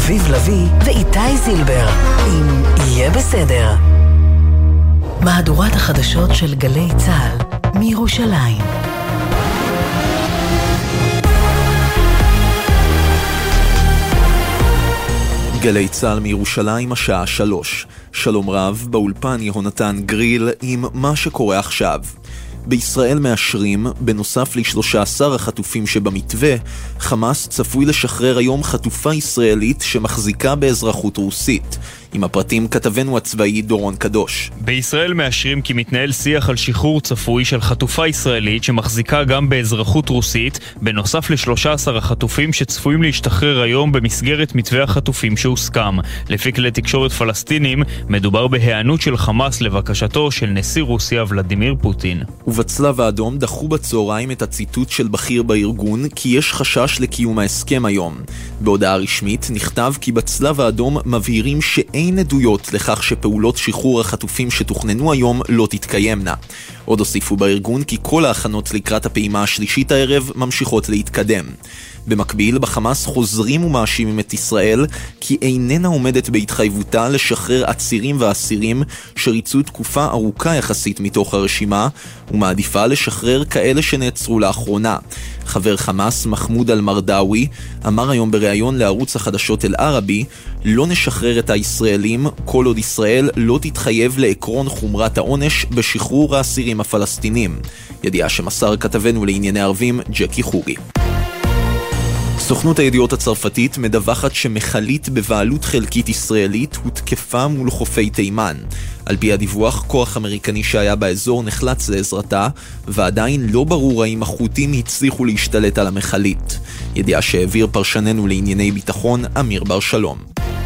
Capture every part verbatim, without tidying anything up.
אביב לוי ואיתי זילבר עם יהיה בסדר. מהדורת החדשות של גלי צהל מירושלים. גלי צהל מירושלים, השעה שלוש. שלום רב, באולפן יהונתן גריל עם מה שקורה עכשיו. בישראל מאשרים, בנוסף ל-שלושה עשר החטופים שבמתווה, חמאס צפוי לשחרר היום חטופה ישראלית שמחזיקה באזרחות רוסית. עם הפרטים כתבנו הצבאי דורון קדוש. בישראל מאשרים כי מתנהל שיח על שחרור צפוי של חטופה ישראלית שמחזיקה גם באזרחות רוסית, בנוסף ל-שלושה עשר החטופים שצפויים להשתחרר היום במסגרת מתווה החטופים שהוסכם. לפי כלי תקשורת פלסטינים, מדובר בהיענות של חמאס לבקשתו של נשיא רוסיה ולדימיר פוטין. ובצלב האדום דחו בצהריים את הציטוט של בכיר בארגון כי יש חשש לקיום ההסכם היום. בהודעה רשמית נכתב כי בצלב האדום מבהירים שאין עדויות לכך שפעולות שחרור החטופים שתוכננו היום לא תתקיימנה. עוד הוסיפו בארגון כי כל ההכנות לקראת הפעימה השלישית הערב ממשיכות להתקדם. במקביל, בחמאס חוזרים ומאשימים את ישראל כי איננה עומדת בהתחייבותה לשחרר עצירים ואסירים שריצו תקופה ארוכה יחסית מתוך הרשימה, ומעדיפה לשחרר כאלה שנעצרו לאחרונה. חבר חמאס מחמוד אל-מרדאוי אמר היום בריאיון לערוץ החדשות אל-ערבי, לא נשחרר את הישראלים כל עוד ישראל לא תתחייב לעקרון חומרת העונש בשחרור האסירים הפלסטינים. ידיעה שמסר כתבנו לענייני ערבים ג'קי חורי. סוכנות הידיעות הצרפתית מדווחת שמחלית בבעלות חלקית ישראלית הותקפה מול חופי תימן. על פי הדיווח, כוח אמריקני שהיה באזור נחלץ לעזרתה, ועדיין לא ברור האם החות'ים הצליחו להשתלט על המחלית. ידיעה שהעביר פרשננו לענייני ביטחון אמיר בר שלום.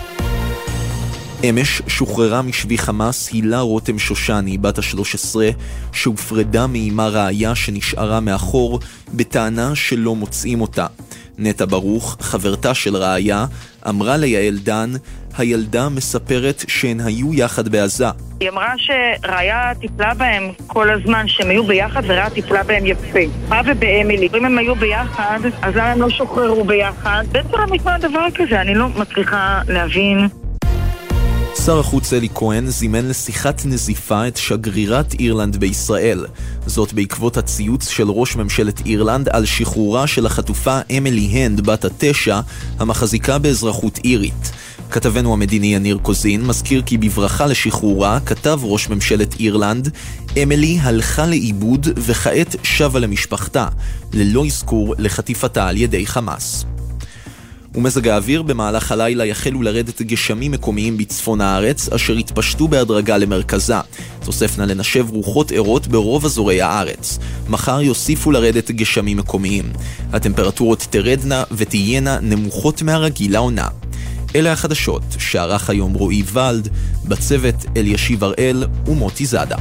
אמש שוחררה משבי חמאס הילה רותם שושני, בת ה-שלוש עשרה, שהופרדה מאימה ראיה שנשארה מאחור בטענה שלא מוצאים אותה. נטע ברוך, חברתה של ראיה, אמרה ליעל דן, הילדה מספרת שהן היו יחד בעזה. היא אמרה שראיה טיפלה בהם כל הזמן, שהם היו ביחד וראיה טיפלה בהם יפה. מה ובאמילי? אם הם היו ביחד, אז למה הם לא שוחררו ביחד? בעצם המקרה דבר כזה, אני לא מצליחה להבין. שר החוץ אלי כהן זימן לשיחת נזיפה את שגרירת אירלנד בישראל. זאת בעקבות הציוץ של ראש ממשלת אירלנד על שחרורה של החטופה אמילי הנד בת התשע, המחזיקה באזרחות אירית. כתבנו המדיני יניר קוזין מזכיר כי בברכה לשחרורה כתב ראש ממשלת אירלנד, אמילי הלכה לאיבוד וכעת שבה למשפחתה, ללא אזכור לחטיפתה על ידי חמאס. ומזג האוויר במהלך הלילה יחלו לרדת גשמים מקומיים בצפון הארץ, אשר התפשטו בהדרגה למרכזה. תוספנה לנשב רוחות ערות ברוב אזורי הארץ. מחר יוסיפו לרדת גשמים מקומיים. הטמפרטורות תרדנה ותהיינה נמוכות מהרגיל לעונה. אלה החדשות שערך היום רועי ולד, בצוות אלישיב הראל ומוטי זאדה.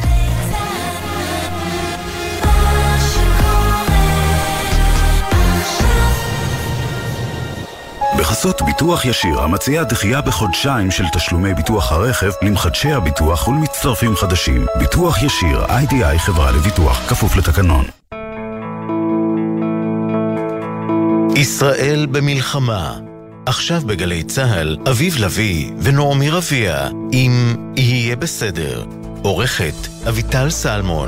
בחסות ביטוח ישיר, המציע דחייה בחודשיים של תשלומי ביטוח הרכב למחדשי הביטוח ולמצטרפים חדשים. ביטוח ישיר, איי די איי חברה לביטוח, כפוף לתקנון. ישראל במלחמה. עכשיו בגלי צהל, אביב לוי ונעמי רביע עם יהיה בסדר. עורכת אביטל סלמון.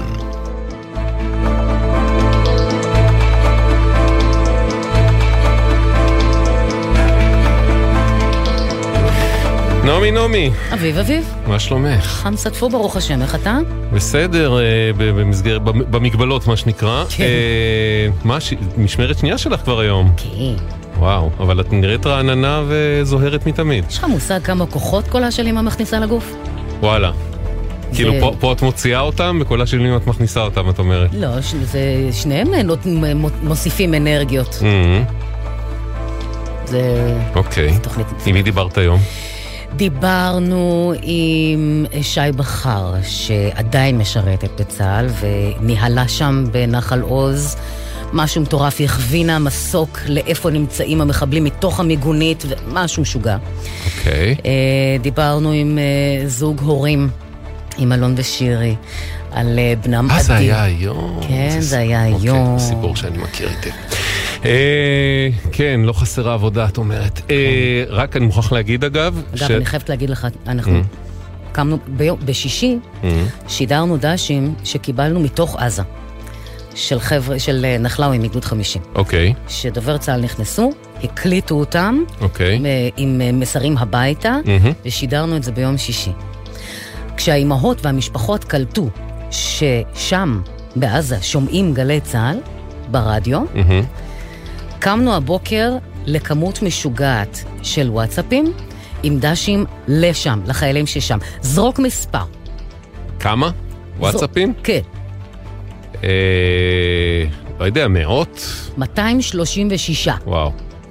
נעמי, נעמי. אביב, אביב. מה שלומך? חם סטפו, ברוך השם, איך אתה? בסדר, במסגרת, במגבלות, מה שנקרא. כן. מה, משמרת שנייה שלך כבר היום? כן. וואו, אבל את נראית רעננה וזוהרת מתמיד. יש לך מושג כמה כוחות כל השלימה מכניסה לגוף? וואלה. כאילו פה, פה את מוציאה אותם, וכל השלימים את מכניסה אותם, את אומרת. לא, זה שניהם מוסיפים אנרגיות. זה... אוקיי. עם מי דיברת היום? דיברנו עם שי בחר, שעדיין משרתת בצה"ל, וניהלה שם בנחל עוז משהו מטורף, היא הכווינה מסוק לאיפה נמצאים המחבלים מתוך המיגונית, ומשהו משוגע. אוקיי. דיברנו עם זוג הורים, עם אלון ושירי, על בנם עדי. אה, זה היה היום. כן, זה היה היום. אוקיי, סיפור שאני מכיר איתי. כן, לא חסרה עבודה, את אומרת. רק אני מוכרח להגיד אגב... אגב, אני חייבת להגיד לך, אנחנו קמנו בשישי, שידרנו דשים שקיבלנו מתוך עזה, של חבר'ה, של נחלאוי מגדוד חמישים. אוקיי. שדובר צה"ל נכנסו, הקליטו אותם, אוקיי. עם מסרים הביתה, ושידרנו את זה ביום שישי. כשהאימהות והמשפחות קלטו ששם בעזה שומעים גלי צה"ל ברדיו, קמנו הבוקר לכמות משוגעת של וואטסאפים עם דשים לשם, לחיילים ששם. זרוק מספר. כמה? וואטסאפים? כן. אה, לא יודע, מאות? מאתיים שלושים ושש. וואו.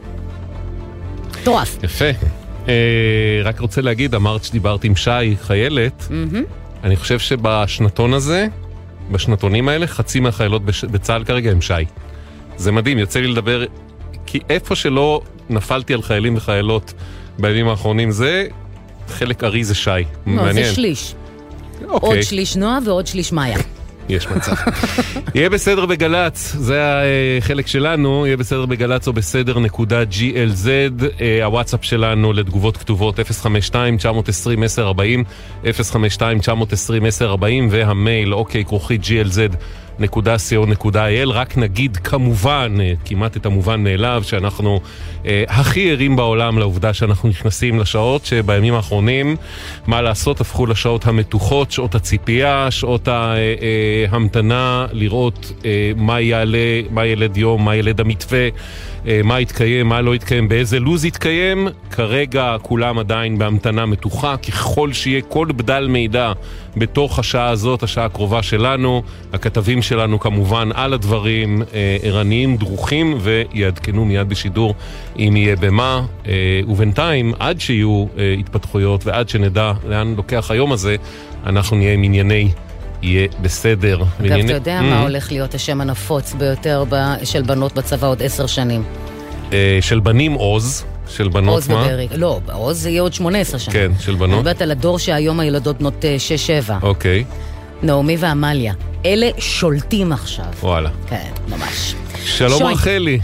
טורף. יפה. אה, רק רוצה להגיד, אמרת שדיברתי עם שי, חיילת. אני חושב שבשנתון הזה, בשנתונים האלה, חצי מהחיילות בצה"ל כרגע הם שי. זה מדהים, יוצא לי לדבר, כי איפה שלא נפלתי על חיילים וחיילות בימים האחרונים, זה חלק ארי זה שי. לא, מעניין. זה שליש. אוקיי. עוד שליש נועה ועוד שליש מאיה. יש מצב. יהיה בסדר בגלץ, זה החלק שלנו, יהיה בסדר בגלץ או בסדר נקודה ג'י אל זד, הוואטסאפ שלנו לתגובות כתובות אפס חמש שתיים תשע עשרים עשר ארבעים, אפס חמש שתיים תשע עשרים עשר ארבעים, והמייל אוקיי כרוכית ג'י אל זד נקודה סי או נקודה איי אל. רק נגיד כמובן, כמעט את המובן מאליו, שאנחנו אה, הכי ערים בעולם לעובדה שאנחנו נכנסים לשעות שבימים האחרונים, מה לעשות, הפכו לשעות המתוחות, שעות הציפייה, שעות ההמתנה, לראות אה, מה יעלה, מה ילד יום, מה ילד המתווה, אה, מה יתקיים, מה לא יתקיים, באיזה לוז יתקיים. כרגע כולם עדיין בהמתנה מתוחה, ככל שיהיה כל בדל מידע בתוך השעה הזאת, השעה הקרובה שלנו, הכתבים שלנו כמובן על הדברים, אה, ערניים, דרוכים, ויעדכנו מיד בשידור אם יהיה במה. אה, ובינתיים, עד שיהיו אה, התפתחויות ועד שנדע לאן לוקח היום הזה, אנחנו נהיה עם ענייני יהיה בסדר. אגב, וענייני... אתה יודע מה הולך להיות השם הנפוץ ביותר ב... של בנות בצבא עוד עשר שנים? אה, של בנים עוז. של בנות עוז מה? וברי. לא, עוז זה יהיה עוד שמונה עשרה שנים. כן, של בנות. אני מדברת על הדור שהיום הילדות בנות שש שבע. אוקיי. נעמי ואמליה. אלה שולטים עכשיו. וואלה. כן, ממש. שלום שוי. רחלי.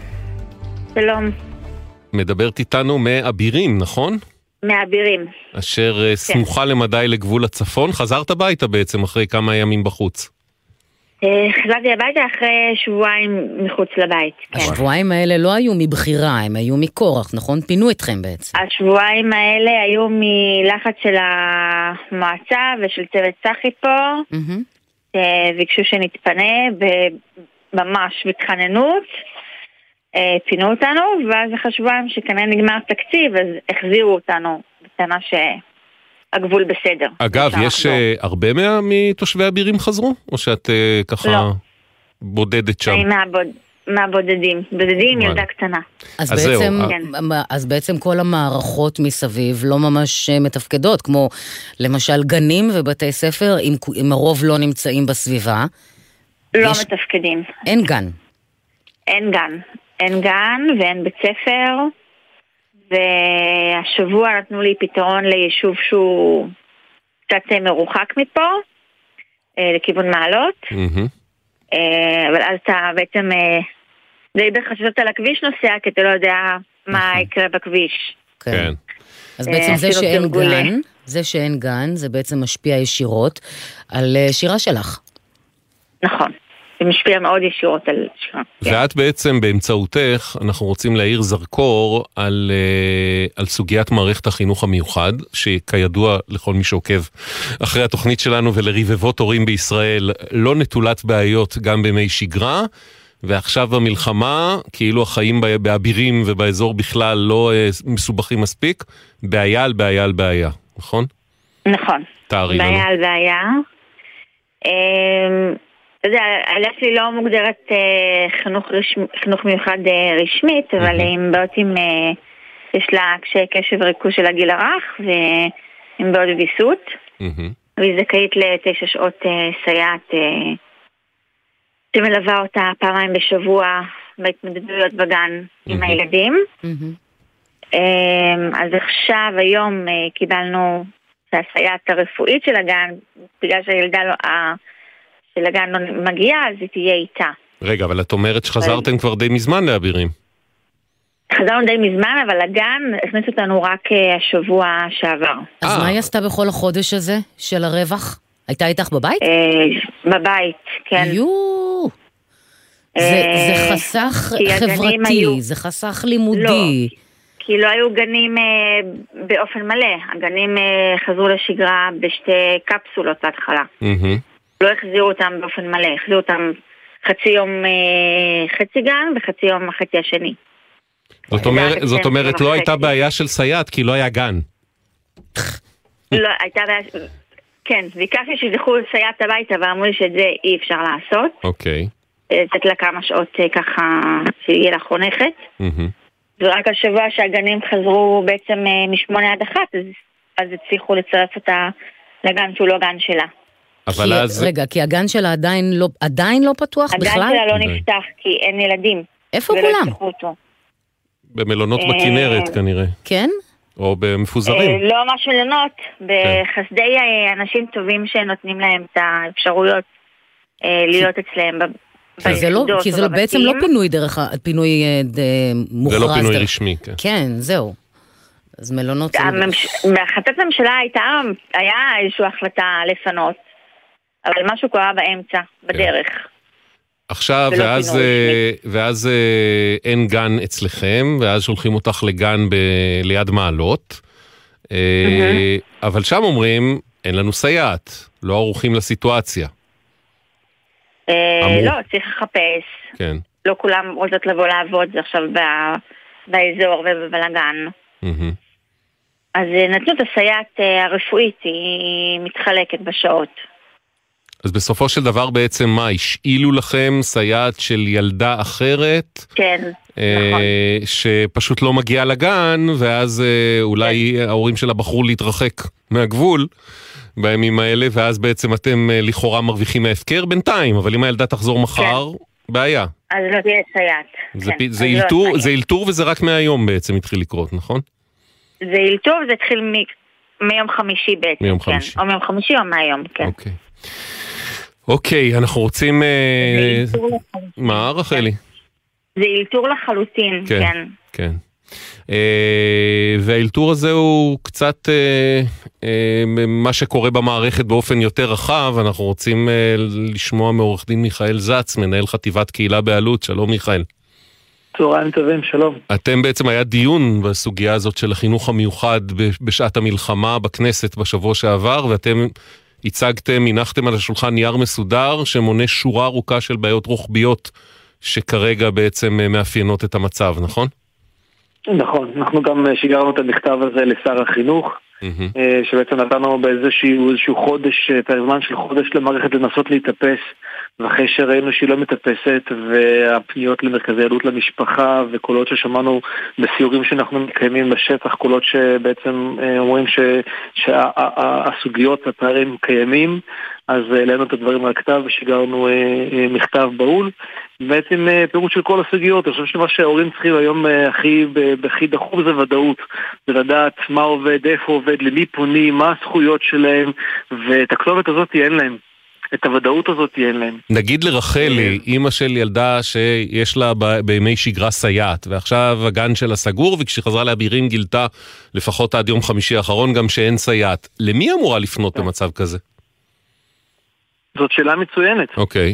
שלום. מדברת איתנו מאבירים, נכון? מאבירים. אשר כן. סמוכה למדי לגבול הצפון. חזרת הביתה בעצם אחרי כמה ימים בחוץ. חזרתי הביתה אחרי שבועיים מחוץ לבית. כן. השבועיים האלה לא היו מבחירה, הם היו מכורח, נכון? פינו אתכם בעצם. השבועיים האלה היו מלחץ של המועצה ושל צוות צחי פה, mm-hmm. ביקשו שנתפנה ממש בתחננות, פינו אותנו, ואז אחרי שבועיים שכנראה נגמר תקציב, אז החזירו אותנו בטענה ש... הגבול בסדר. אגב, יש uh, הרבה מה, מתושבי אבירים חזרו? או שאת uh, ככה לא. בודדת שם? אני מהבוד, מהבודדים. בודדים ילדה קטנה. אז, אז, בעצם, כן. אז בעצם כל המערכות מסביב לא ממש מתפקדות, כמו למשל גנים ובתי ספר, אם, אם הרוב לא נמצאים בסביבה. לא יש... מתפקדים. אין גן. אין גן. אין גן ואין בית ספר. והשבוע נתנו לי פתרון ליישוב שהוא קצת מרוחק מפה, לכיוון מעלות, אבל אז אתה בעצם די בחששות על הכביש נוסע, כי אתה לא יודע מה יקרה בכביש. כן. אז בעצם זה שאין גן, זה שאין גן, זה בעצם משפיע ישירות על שירה שלך. נכון. זה משפיע מאוד ישירות על שירה. ואת בעצם באמצעותך, אנחנו רוצים להאיר זרקור על, על סוגיית מערכת החינוך המיוחד, שכידוע לכל מי שעוקב אחרי התוכנית שלנו ולרבבות הורים בישראל, לא נטולת בעיות גם בימי שגרה, ועכשיו במלחמה, כאילו החיים באבירים ובאזור בכלל לא מסובכים מספיק, בעיה על בעיה על בעיה, נכון? נכון. תארי לנו. בעיה על בעיה. אתה יודע, הלך לי לא מוגדרת אה, חינוך, רשמ, חינוך מיוחד אה, רשמית, אבל עם בעיות עם, אה, יש לה קשיי קשב וריכוז של הגיל הרך, ועם בעיות ויסות, והיא זכאית לתשע שעות אה, סייעת, אה, שמלווה אותה פעמיים בשבוע בהתמודדויות בגן עם הילדים. אה, אז עכשיו, היום, אה, קיבלנו את הסייעת הרפואית של הגן, בגלל שהילדה לא... של הגן לא מגיעה, אז היא תהיה איתה. רגע, אבל את אומרת שחזרתם כבר די מזמן לאבירים. חזרנו די מזמן, אבל הגן הכניס אותנו רק השבוע שעבר. אז מה היא עשתה בכל החודש הזה של הרווח? הייתה איתך בבית? בבית, כן. יואו. זה חסך חברתי, זה חסך לימודי. כי לא היו גנים באופן מלא. הגנים חזרו לשגרה בשתי קפסולות בהתחלה. לא החזירו אותם באופן מלא, החזירו אותם חצי יום חצי גן וחצי יום החצי השני. זאת אומרת, זאת אומרת לא הייתה בעיה של סייעת כי לא היה גן. לא, הייתה בעיה, כן, ביקשתי שזכו סייעת הביתה ואמרו לי שאת זה אי אפשר לעשות. אוקיי. לתת לה כמה שעות ככה שיהיה לה חונכת. ורק השבוע שהגנים חזרו בעצם משמונה עד אחת, אז הצליחו לצרף אותה לגן שהוא לא גן שלה. אבל אז... רגע, כי הגן שלה עדיין לא, עדיין לא פתוח הגן בכלל? הגן שלה לא נפתח כי אין ילדים. איפה ולא כולם? יפתחו אותו. במלונות בכנרת כנראה. כן? או במפוזרים. לא ממש מלונות, בחסדי אנשים טובים שנותנים להם את האפשרויות להיות אצלם ביחידות. כי זה בעצם לא פינוי דרך, פינוי מוכרז. זה לא פינוי רשמי, כן. כן, זהו. אז מלונות... בהחלטת הממשלה היה איזושהי החלטה לפנות, אבל משהו קרה באמצע, בדרך. עכשיו, ואז, ואז אין גן אצלכם, ואז שולחים אותך לגן ב- ליד מעלות, אבל שם אומרים, אין לנו סייעת, לא ערוכים לסיטואציה. לא, צריך לחפש. כן. לא כולם רוצות לבוא לעבוד, זה עכשיו באזור ובבלגן. אז נתנו את הסייעת הרפואית, היא מתחלקת בשעות. אז בסופו של דבר בעצם מה, השאילו לכם סייעת של ילדה אחרת? כן, אה, נכון. שפשוט לא מגיעה לגן, ואז אה, אולי כן. ההורים שלה בחרו להתרחק מהגבול בימים האלה, ואז בעצם אתם אה, לכאורה מרוויחים מההפקר בינתיים, אבל אם הילדה תחזור מחר, כן. בעיה. אז לא תהיה סייעת. זה, כן. זה, אילתור, לא זה אילתור וזה רק מהיום בעצם התחיל לקרות, נכון? זה אילתור, זה התחיל מ... מיום חמישי בעצם, מיום כן. חמישי. או מיום חמישי או מהיום, כן. אוקיי. אוקיי, אנחנו רוצים... מה, רחלי? זה אילתור לחלוטין, כן. כן, כן. והאילתור הזה הוא קצת מה שקורה במערכת באופן יותר רחב. אנחנו רוצים לשמוע מעורך דין מיכאל זץ, מנהל חטיבת קהילה באלו"ט. שלום מיכאל. צהריים טובים, שלום. אתם בעצם היה דיון בסוגיה הזאת של החינוך המיוחד בשעת המלחמה בכנסת בשבוע שעבר, ואתם... הצגתם, הנחתם על השולחן נייר מסודר שמונה שורה ארוכה של בעיות רוחביות שכרגע בעצם מאפיינות את המצב, נכון? נכון, אנחנו גם שיגרנו את המכתב הזה לשר החינוך, mm-hmm. שבעצם נתנו באיזשהו איזשהו חודש, את הזמן של חודש למערכת לנסות להתאפס, ואחרי שראינו שהיא לא מתאפסת, והפניות למרכזי עלות למשפחה, וקולות ששמענו בסיורים שאנחנו מקיימים בשטח, קולות שבעצם אומרים שהסוגיות, הפערים קיימים, אז העלינו את הדברים על הכתב ושיגרנו מכתב בהול, בעצם פירוט של כל הסוגיות. אני חושב שמה שההורים צריכים היום הכי, הכי דחוף זה ודאות, זה לדעת מה עובד, איפה עובד, למי פונים, מה הזכויות שלהם, ואת הכתובת הזאת אין להם. את הוודאות הזאת אין להם. נגיד לרחלי, אמא של ילדה שיש לה בימי שגרה סייעת, ועכשיו הגן שלה סגור, וכשהיא חזרה לאבירים גילתה לפחות עד יום חמישי האחרון גם שאין סייעת. למי אמורה לפנות במצב כזה? זאת שאלה מצוינת. אוקיי.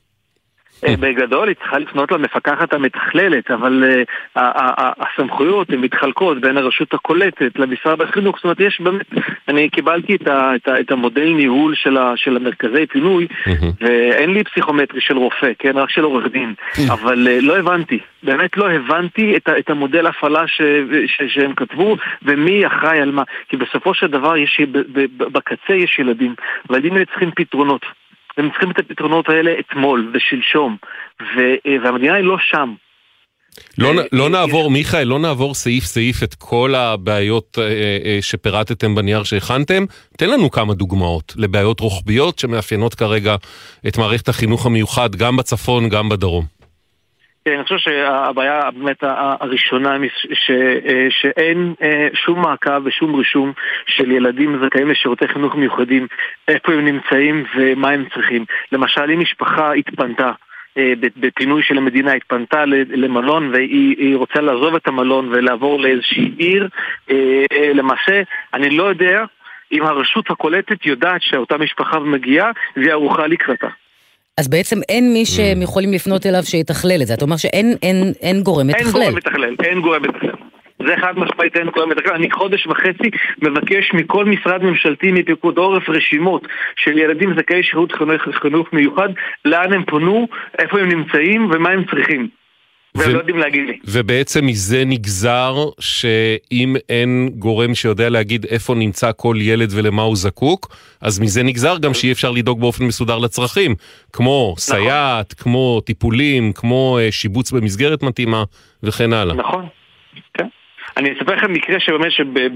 בגדול היא צריכה לפנות למפקחת המתכללת, אבל uh, הסמכויות הן מתחלקות בין הרשות הקולטת למשרד החינוך. זאת אומרת, יש באמת, אני קיבלתי את, ה, את, ה, את המודל ניהול של, ה, של המרכזי פינוי, ואין לי פסיכומטרי של רופא, כן, רק של עורך דין, אבל uh, לא הבנתי, באמת לא הבנתי את, ה, את המודל הפעלה ש, ש, שהם כתבו, ומי אחראי על מה, כי בסופו של דבר יש, ב, ב, בקצה יש ילדים, והילדים האלה צריכים פתרונות. הם צריכים את הפתרונות האלה אתמול ושלשום, והמדינה היא לא שם. לא, לא נעבור, מיכאל, לא נעבור סעיף סעיף את כל הבעיות שפירטתם בנייר שהכנתם. תן לנו כמה דוגמאות לבעיות רוחביות שמאפיינות כרגע את מערכת החינוך המיוחד, גם בצפון, גם בדרום. אני חושב שהבעיה באמת הראשונה ש, שאין שום מעקב ושום רישום של ילדים זכאים לשירותי חינוך מיוחדים, איפה הם נמצאים ומה הם צריכים. למשל, אם משפחה התפנתה בפינוי של המדינה, התפנתה למלון והיא רוצה לעזוב את המלון ולעבור לאיזושהי עיר. למעשה, אני לא יודע אם הרשות הקולטת יודעת שאותה משפחה מגיעה והיא ערוכה לקראתה. אז בעצם אין מי שהם יכולים לפנות אליו שיתכלל את זה. אתה אומר שאין אין, אין גורם מתכלל. אין גורם מתכלל, אין גורם מתכלל. זה אחד משמעית, אין גורם מתכלל. אני חודש וחצי מבקש מכל משרד ממשלתי מפיקוד עורף רשימות של ילדים זכאי שירות חינוך מיוחד, לאן הם פונו, איפה הם נמצאים ומה הם צריכים. והם לא יודעים להגיד לי. ובעצם מזה נגזר שאם אין גורם שיודע להגיד איפה נמצא כל ילד ולמה הוא זקוק, אז מזה נגזר גם שאי אפשר לדאוג באופן מסודר לצרכים, כמו סייעת, כמו טיפולים, כמו שיבוץ במסגרת מתאימה וכן הלאה. נכון, כן. אני אספר לכם מקרה שבאמת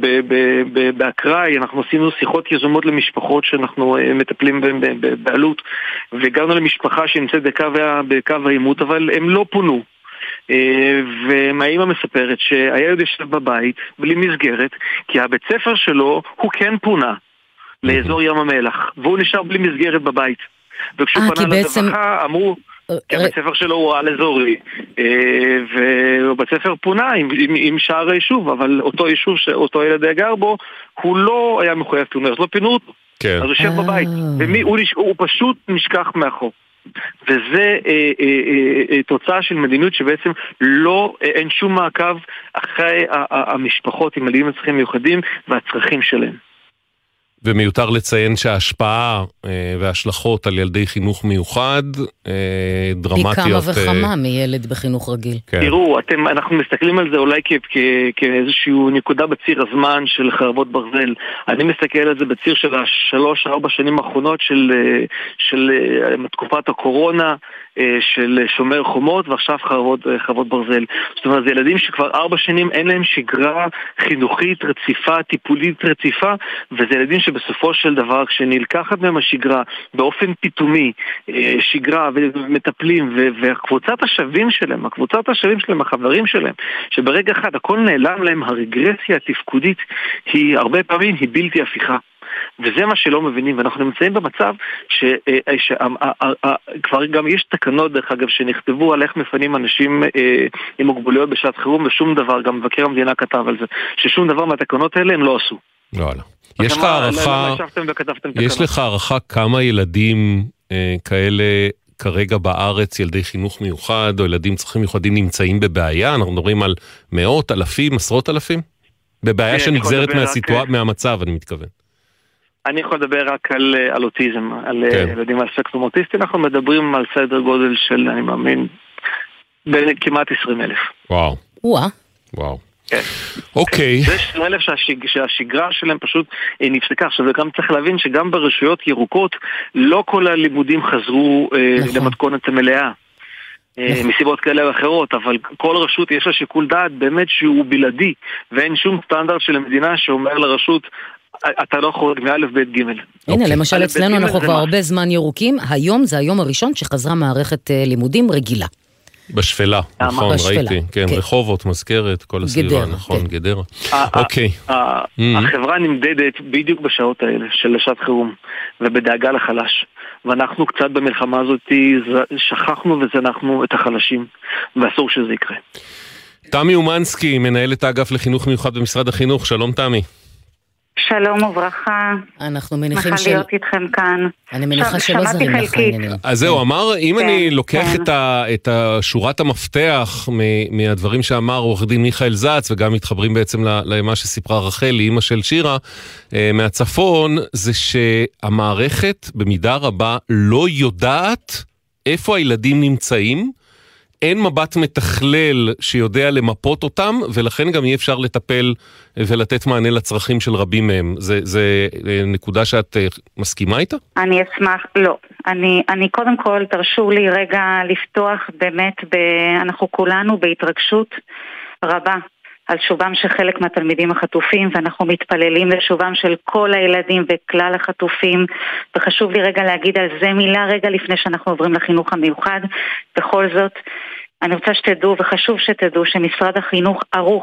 שבאקראי אנחנו עשינו שיחות יזומות למשפחות שאנחנו מטפלים בעלות, והגענו למשפחה שנמצאת בקו העימות, אבל הם לא פונו. והאמא מספרת שהילד יושב בבית בלי מסגרת, כי הבית ספר שלו הוא כן פונה לאזור ים המלח, והוא נשאר בלי מסגרת בבית. וכשהוא פנה לרווחה אמרו כי הבית ספר שלו הוא על אזורי, ובית ספר פונה עם, עם, עם שער היישוב, אבל אותו יישוב שאותו ילד גר בו, הוא לא היה מחויב פינוי, אז לא פינו אותו. כן. אז הוא יושב בבית, ומי, הוא, הוא פשוט נשכח מאחור. וזה אה, אה, אה, תוצאה של מדיניות שבעצם לא, אה, אין שום מעקב אחרי המשפחות עם ילדים צרכים מיוחדים והצרכים שלהם. ומיותר לציין שההשפעה אה, וההשלכות על ילדי חינוך מיוחד אה, דרמטיות. פי כמה וכמה אה... מילד בחינוך רגיל. כן. תראו, אתם, אנחנו מסתכלים על זה אולי כ- כ- כאיזשהו נקודה בציר הזמן של חרבות ברזל. אני מסתכל על זה בציר של השלוש, ארבע שנים האחרונות של, של, של תקופת הקורונה, של שומר חומות, ועכשיו חרבות, חרבות ברזל. זאת אומרת, זה ילדים שכבר ארבע שנים אין להם שגרה חינוכית רציפה, טיפולית רציפה, וזה ילדים שבסופו של דבר, כשנלקחת מהם השגרה באופן פתאומי, שגרה ומטפלים, והקבוצת השווים שלהם, הקבוצת השווים שלהם, החברים שלהם, שברגע אחד הכל נעלם להם, הרגרסיה התפקודית היא הרבה פעמים היא בלתי הפיכה. וזה מה שלא מבינים, ואנחנו נמצאים במצב שכבר גם יש תקנות דרך אגב שנכתבו על איך מפנים אנשים עם מוגבלויות בשעת חירום, ושום דבר, גם מבקר המדינה כתב על זה, ששום דבר מהתקנות האלה הם לא עשו. לא, לא. יש לך הערכה, יש לך הערכה כמה ילדים כאלה כרגע בארץ, ילדי חינוך מיוחד או ילדים צרכים מיוחדים נמצאים בבעיה? אנחנו מדברים על מאות, אלפים, עשרות אלפים? בבעיה שנגזרת מהמצב, אני מתכוון. אני יכול לדבר רק על, על אוטיזם, על כן. ילדים על ספקטרום אוטיסטי, אנחנו מדברים על סדר גודל של, אני מאמין, בין כמעט עשרים אלף. וואו. וואו. וואו. כן. אוקיי. זה עשרים אלף שהשג, שהשגרה שלהם פשוט נפסקה. עכשיו, וגם צריך להבין שגם ברשויות ירוקות, לא כל הלימודים חזרו נכון. למתכונת המלאה. נכון. מסיבות כאלה ואחרות, אבל כל רשות יש לה שיקול דעת באמת שהוא בלעדי, ואין שום סטנדרט של המדינה שאומר לרשות, אתה לא חורג מאלף בית ג'. הנה, למשל אצלנו אנחנו כבר הרבה זמן ירוקים, היום זה היום הראשון שחזרה מערכת לימודים רגילה. בשפלה, נכון, ראיתי, כן, רחובות, מזכרת, כל הסביבה, נכון, גדרה. אוקיי. החברה נמדדת בדיוק בשעות האלה של שעת חירום, ובדאגה לחלש. ואנחנו קצת במלחמה הזאת שכחנו וזנחנו את החלשים, ואסור שזה יקרה. תמי אומנסקי, מנהלת האגף לחינוך מיוחד במשרד החינוך, שלום תמי. שלום וברכה. אנחנו מניחים של... להיות איתכם כאן. אני מניחה שלא זרים לך העניינים. אז זהו, אמר, אם אני לוקח את שורת המפתח מהדברים שאמר עורך דין מיכאל זץ, וגם מתחברים בעצם למה שסיפרה רחל, אימא של שירה, מהצפון, זה שהמערכת במידה רבה לא יודעת איפה הילדים נמצאים, אין מבט מתכלל שיודע למפות אותם, ולכן גם אי אפשר לטפל ולתת מענה לצרכים של רבים מהם. זה, זה נקודה שאת מסכימה איתה? אני אשמח, לא. אני, אני קודם כל, תרשו לי רגע לפתוח באמת, ב, אנחנו כולנו בהתרגשות רבה על שובם של חלק מהתלמידים החטופים, ואנחנו מתפללים לשובם של כל הילדים וכלל החטופים, וחשוב לי רגע להגיד על זה מילה רגע לפני שאנחנו עוברים לחינוך המיוחד. בכל זאת, אני רוצה שתדעו, וחשוב שתדעו, שמשרד החינוך ערוך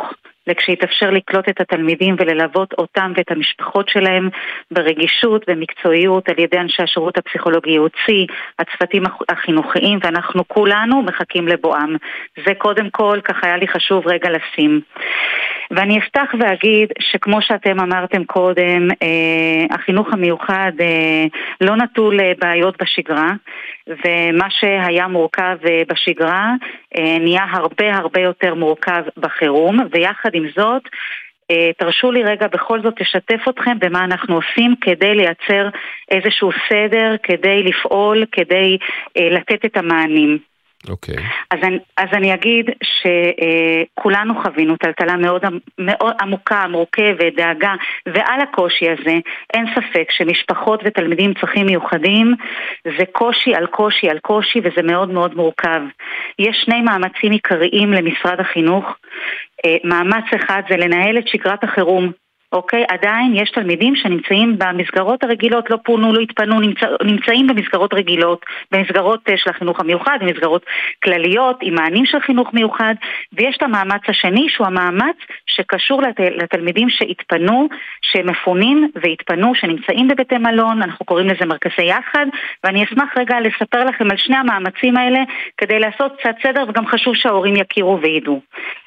לכשיתאפשר לקלוט את התלמידים וללוות אותם ואת המשפחות שלהם ברגישות ומקצועיות על ידי אנשי השירות הפסיכולוגי-ייעוצי, הצוותים החינוכיים, ואנחנו כולנו מחכים לבואם. זה קודם כל, ככה היה לי חשוב רגע לשים. ואני אפתח ואגיד שכמו שאתם אמרתם קודם, אה, החינוך המיוחד אה, לא נטול בעיות בשגרה, ומה שהיה מורכב בשגרה אה, נהיה הרבה הרבה יותר מורכב בחירום, ויחד עם זאת, אה, תרשו לי רגע בכל זאת לשתף אתכם במה אנחנו עושים כדי לייצר איזשהו סדר, כדי לפעול, כדי אה, לתת את המענים. אוקיי. אז אני, אז אני אגיד שכולנו חווינו טלטלה מאוד, מאוד עמוקה, מורכבת, דאגה, ועל הקושי הזה אין ספק שמשפחות ותלמידים צרכים מיוחדים זה קושי על קושי על קושי, וזה מאוד מאוד מורכב. יש שני מאמצים עיקריים למשרד החינוך. מאמץ אחד זה לנהל את שגרת החירום. אוקיי, עדיין יש תלמידים שנמצאים במסגרות הרגילות, לא פונו, לא התפנו, נמצא, נמצאים במסגרות רגילות, במסגרות של החינוך המיוחד, במסגרות כלליות, עם מענים של חינוך מיוחד, ויש את המאמץ השני, שהוא המאמץ שקשור לת, לתלמידים שהתפנו, שמפונים והתפנו, שנמצאים בבתי מלון, אנחנו קוראים לזה מרכזי יחד, ואני אשמח רגע לספר לכם על שני המאמצים האלה, כדי לעשות קצת סדר, וגם חשוב שההורים יכירו וידעו.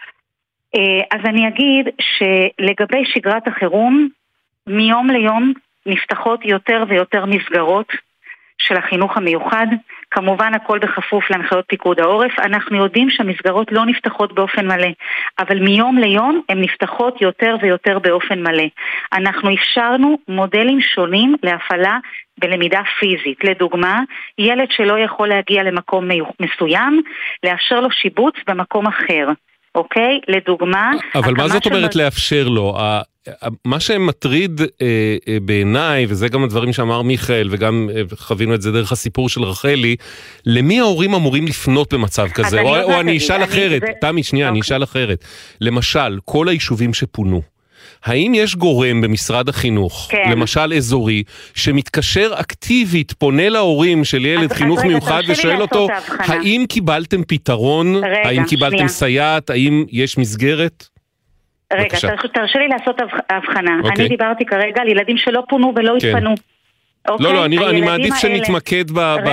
אז אני אגיד שלגבי שגרת החירום, מיום ליום נפתחות יותר ויותר מסגרות של החינוך המיוחד, כמובן הכל בכפוף להנחיות פיקוד העורף. אנחנו יודעים שהמסגרות לא נפתחות באופן מלא, אבל מיום ליום הן נפתחות יותר ויותר באופן מלא. אנחנו אפשרנו מודלים שונים להפעלה בלמידה פיזית. לדוגמה, ילד שלא יכול להגיע למקום מסוים, לאפשר לו שיבוץ במקום אחר. אוקיי? לדוגמה... אבל מה זאת אומרת לאפשר לו? מה שמטריד בעיניי, וזה גם הדברים שאמר מיכאל, וגם חווינו את זה דרך הסיפור של רחלי, למי ההורים אמורים לפנות במצב כזה? או אני אשאל אחרת, תמי, שנייה, אני אשאל אחרת. למשל, כל היישובים שפונו, האם יש גורם במשרד החינוך, כן. למשל אזורי, שמתקשר אקטיבית, פונה להורים של ילד חינוך רגע, מיוחד ושואל אותו, האם קיבלתם פתרון, רגע, האם קיבלתם שנייה. סייעת, האם יש מסגרת? רגע, תרש, תרשה לי לעשות הבחנה. אוקיי. אני דיברתי כרגע על ילדים שלא פונו ולא כן. התפנו. אוקיי? לא, לא, אני, אני מעדיף האלה... שנתמקד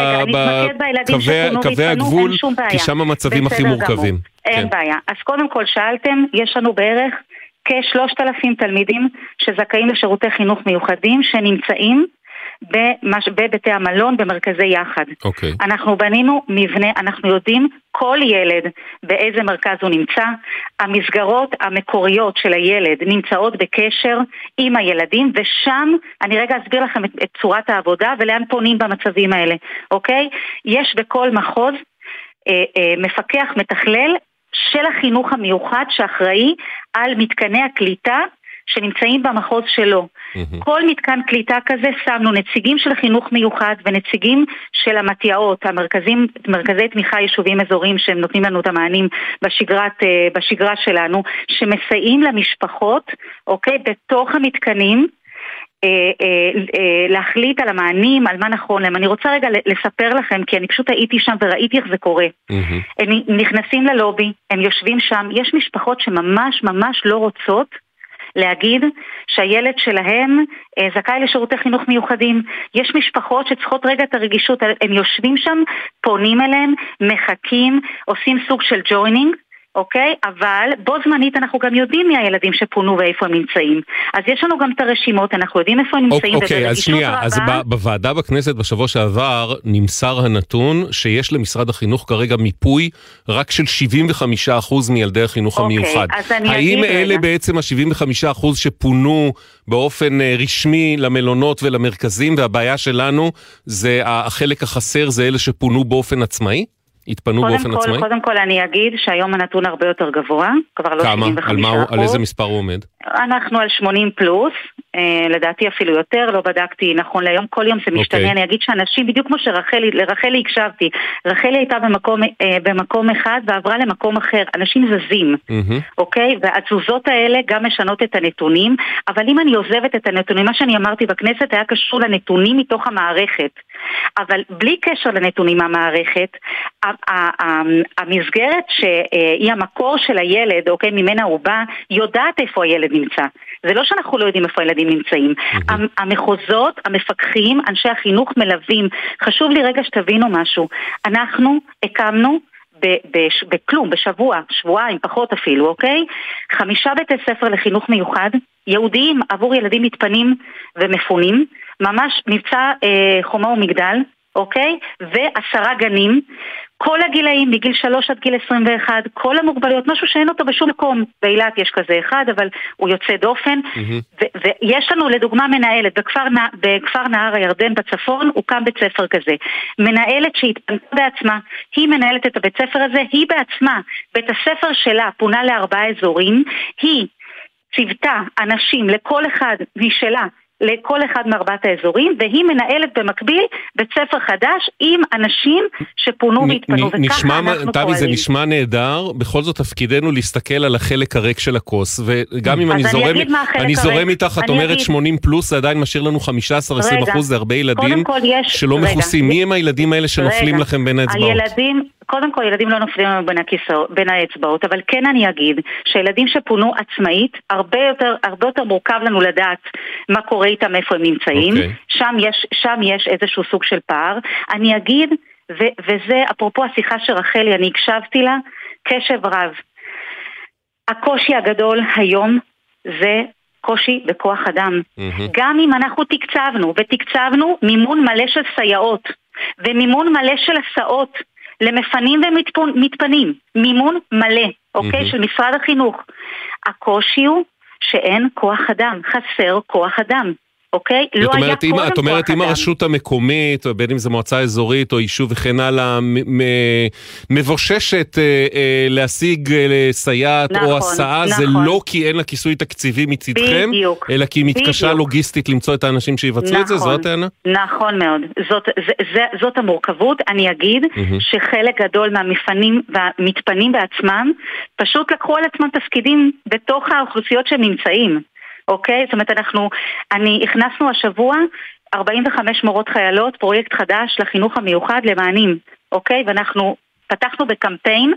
בקווי הגבול, כי שם המצבים הכי מורכבים. אין כן. בעיה. אז קודם כל שאלתם, יש לנו בערך כשלושת אלפים תלמידים שזכאים לשירותי חינוך מיוחדים שנמצאים במש... בבתי המלון במרכזי יחד. Okay. אנחנו בנינו מבנה, אנחנו יודעים כל ילד באיזה מרכז הוא נמצא, המסגרות המקוריות של הילד נמצאות בקשר עם הילדים, ושם אני רגע אסביר לכם את, את צורת העבודה ולאן פונים במצבים האלה, אוקיי? יש בכל מחוז אה, אה, מפקח מתכלל של החינוך המיוחד שאחראי על מתקני הקליטה שנמצאים במחוז שלו. Mm-hmm. כל מתקן קליטה כזה שמנו נציגים של חינוך מיוחד ונציגים של המתיעות, המרכזים, מרכזי תמיכה יישובים אזוריים שהם נותנים לנו את המענים בשגרת, בשגרה שלנו, שמסייעים למשפחות, אוקיי, בתוך המתקנים, להחליט על המענים, על מה נכון להם. אני רוצה רגע לספר לכם, כי אני פשוט הייתי שם וראיתי איך זה קורה. הם נכנסים ללובי, הם יושבים שם, יש משפחות שממש ממש לא רוצות להגיד שהילד שלהם זכאי לשירותי חינוך מיוחדים. יש משפחות שצריכות רגע את הרגישות, הם יושבים שם, פונים אליהם, מחכים, עושים סוג של ג'וינינג, אוקיי? אבל בו זמנית אנחנו גם יודעים מי הילדים שפונו ואיפה הם נמצאים. אז יש לנו גם את הרשימות, אנחנו יודעים איפה הם נמצאים. אוקיי, אז שנייה, אז בוועדה בכנסת בשבוע שעבר נמסר הנתון שיש למשרד החינוך כרגע מיפוי רק של שבעים וחמישה אחוז מילדי החינוך המיוחד. האם אלה בעצם ה-שבעים וחמישה אחוז שפונו באופן רשמי למלונות ולמרכזים, והבעיה שלנו זה החלק החסר, זה אלה שפונו באופן עצמאי? התפנו באופן כל, עצמאי? קודם כל אני אגיד שהיום הנתון הרבה יותר גבוה, כבר לא כמה? שבעים וחמישה אחוז. על, מה, על איזה מספר הוא עומד? אנחנו על שמונים פלוס, לדעתי אפילו יותר, לא בדקתי נכון להיום, כל יום זה משתנה, אני אגיד שאנשים, בדיוק כמו שרחלי, לרחלי הקשבתי, רחלי הייתה במקום, במקום אחד ועברה למקום אחר, אנשים זזים, אוקיי? והתזוזות האלה גם משנות את הנתונים, אבל אם אני עוזבת את הנתונים, מה שאני אמרתי בכנסת היה קשור לנתונים מתוך המערכת, אבל בלי קשר לנתונים מהמערכת, המסגרת שהיא המקור של הילד, אוקיי, ממנה הוא בא, יודעת איפה הילד נמצא. זה לא שאנחנו לא יודעים איפה הילדים נמצאים. המחוזות, המפקחים, אנשי החינוך מלווים. חשוב לי רגע שתבינו משהו. אנחנו הקמנו בכלום, בשבוע, שבועיים, פחות אפילו, אוקיי? חמישה בתי ספר לחינוך מיוחד, יהודיים עבור ילדים מתפנים ומפונים, ממש מבצע אה, חומה ומגדל, אוקיי? ועשרה גנים, כל הגילאים, מגיל שלוש עד גיל עשרים ואחת, כל המוגבלויות, משהו שאין אותו בשום מקום. באילת יש כזה אחד, אבל הוא יוצא דופן. Mm-hmm. ו- ויש לנו לדוגמה מנהלת, בכפר, בכפר נהר הירדן בצפון, הוא קם בית ספר כזה. מנהלת שהתפנתה בעצמה, היא מנהלת את הבית ספר הזה, היא בעצמה, בית הספר שלה פונה לארבעה אזורים, היא צוותה אנשים לכל אחד משלה, לכל אחד מארבעת האזורים, והיא מנהלת במקביל בית ספר חדש עם אנשים שפונו והתפנו, וככה אנחנו פועלים. זה נשמע נהדר, בכל זאת תפקידנו להסתכל על החלק הריק של הכוס, וגם אם אני זורם, אני זורם איתך, את אומרת שמונים פלוס, זה עדיין משאיר לנו חמישה עשר עד עשרים אחוז, זה הרבה ילדים שלא מכוסים. מי הם הילדים האלה שנופלים לכם בין האצבעות? הילדים, קודם כל ילדים לא נופלים בין הכיסאות, בין האצבעות, אבל כן אני אגיד שילדים שפונו עצמאית, הרבה יותר, הרבה יותר מורכב לנו לדעת מה קורה איתם, איפה הם נמצאים. Okay. שם יש, שם יש איזשהו סוג של פער. אני אגיד, ו- וזה אפרופו השיחה של רחלי, אני הקשבתי לה קשב רב. הקושי הגדול היום זה קושי בכוח אדם. Mm-hmm. גם אם אנחנו תקצבנו, ותקצבנו מימון מלא של סייעות, ומימון מלא של הסעות, למפנים ומתפנים, מימון מלא, אוקיי, mm-hmm. של משרד החינוך. הקושי הוא שאין כוח אדם, חסר כוח אדם, אוקיי? לא היה קודם כוח אדם. את אומרת, אם הרשות המקומית, או בין אם זה מועצה אזורית, או יישוב וכן הלאה, מבוששת להשיג סייעת או הסעה, זה לא כי אין לה כיסוי תקציבי מצדכם, אלא כי היא מתקשה לוגיסטית למצוא את האנשים שיבצעו את זה, זו הטענה? נכון מאוד, זאת המורכבות. אני אגיד שחלק גדול מהמפנים והמתפנים בעצמם, פשוט לקחו על עצמם תפקידים בתוך האוכלוסיות שהם נמצאים. אוקיי? זאת אומרת, אנחנו, אני, הכנסנו השבוע ארבעים וחמש מורות חיילות, פרויקט חדש לחינוך המיוחד למענים, אוקיי? ואנחנו פתחנו בקמפיין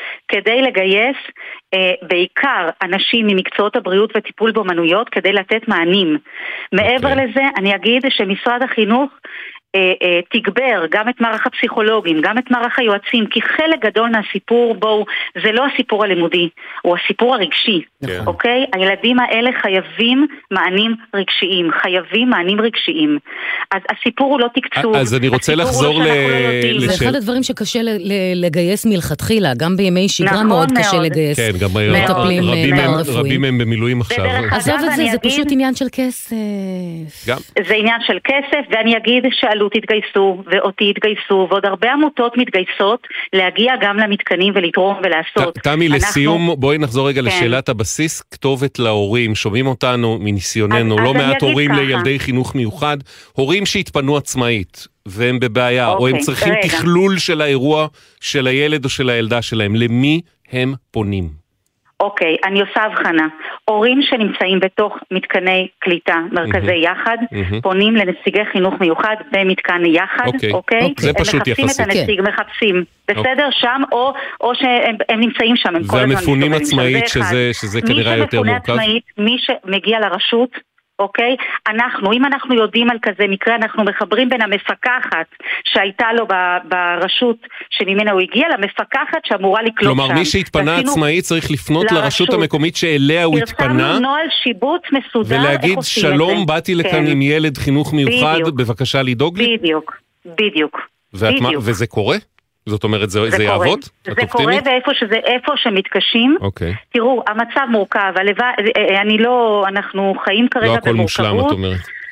כדי לגייס אה, בעיקר אנשים ממקצועות הבריאות וטיפול באמנויות כדי לתת מענים. מעבר okay. לזה, אני אגיד שמשרד החינוך אה, אה, תגבר גם את מערך הפסיכולוגים, גם את מערך היועצים, כי חלק גדול מהסיפור, בואו, זה לא הסיפור הלימודי, הוא הסיפור הרגשי, yeah. אוקיי? הילדים האלה חייבים מענים רגשיים, חייבים מענים רגשיים. אז הסיפור הוא לא תקצוב. אז אני רוצה לחזור ל... לא זה אחד הדברים שקשה לגייס מלכתחילה, גם בימי שגרה נכון מאוד, מאוד קשה לגייס. כן, גם מטפלים רבים, רבים הם במילואים עכשיו. עזוב את זה, זה פשוט עניין של כסף. גם. זה עניין של כסף, ואני אגיד שעלות התגייסו, ואותי התגייסו, ועוד הרבה עמותות מתגייסות להגיע גם למתקנים ולתרום ולעשות. תמי, לסיום, בואי נחזור רגע לשאלת הבסיס, כתובת להורים, שומעים אותנו מניסיוננו, לא מעט הורים לילדי חינוך מיוחד, הורים שהתפנו עצמאית, והם בבעיה, או הם צריכים תכלול של האירוע של הילד או של הילדה שלהם, למי הם פונים? אוקיי, אני עושה הבחנה. הורים שנמצאים בתוך מתקני קליטה, מרכזי יחד, פונים לנציגי חינוך מיוחד במתקן יחד, אוקיי? זה פשוט יחסית. הם מחפשים את הנציג, מחפשים. בסדר, שם, או שהם נמצאים שם. והמפונים עצמאית, שזה כנראה יותר מורכב. מי שמפונה עצמאית, מי שמגיע לרשות, אוקיי? אנחנו, אם אנחנו יודעים על כזה מקרה, אנחנו מחברים בין המפקחת שהייתה לו ברשות שממנה הוא הגיע, למפקחת שאמורה לקלוט שם. כלומר, מי שהתפנה עצמאית צריך לפנות לרשות המקומית שאליה הוא התפנה. פרסמנו נוהל שיבוץ מסודר. ולהגיד, שלום, באתי לכאן עם ילד חינוך מיוחד, בבקשה לדאוג לי? בדיוק, בדיוק. וזה קורה? זאת אומרת, זה, זה, זה יעבוד? זה קורה ואיפה שזה, איפה שמתקשים. אוקיי. תראו, המצב מורכב, הלוואי, אני לא, אנחנו חיים כרגע במורכבות. לא הכל מושלם, את אומרת.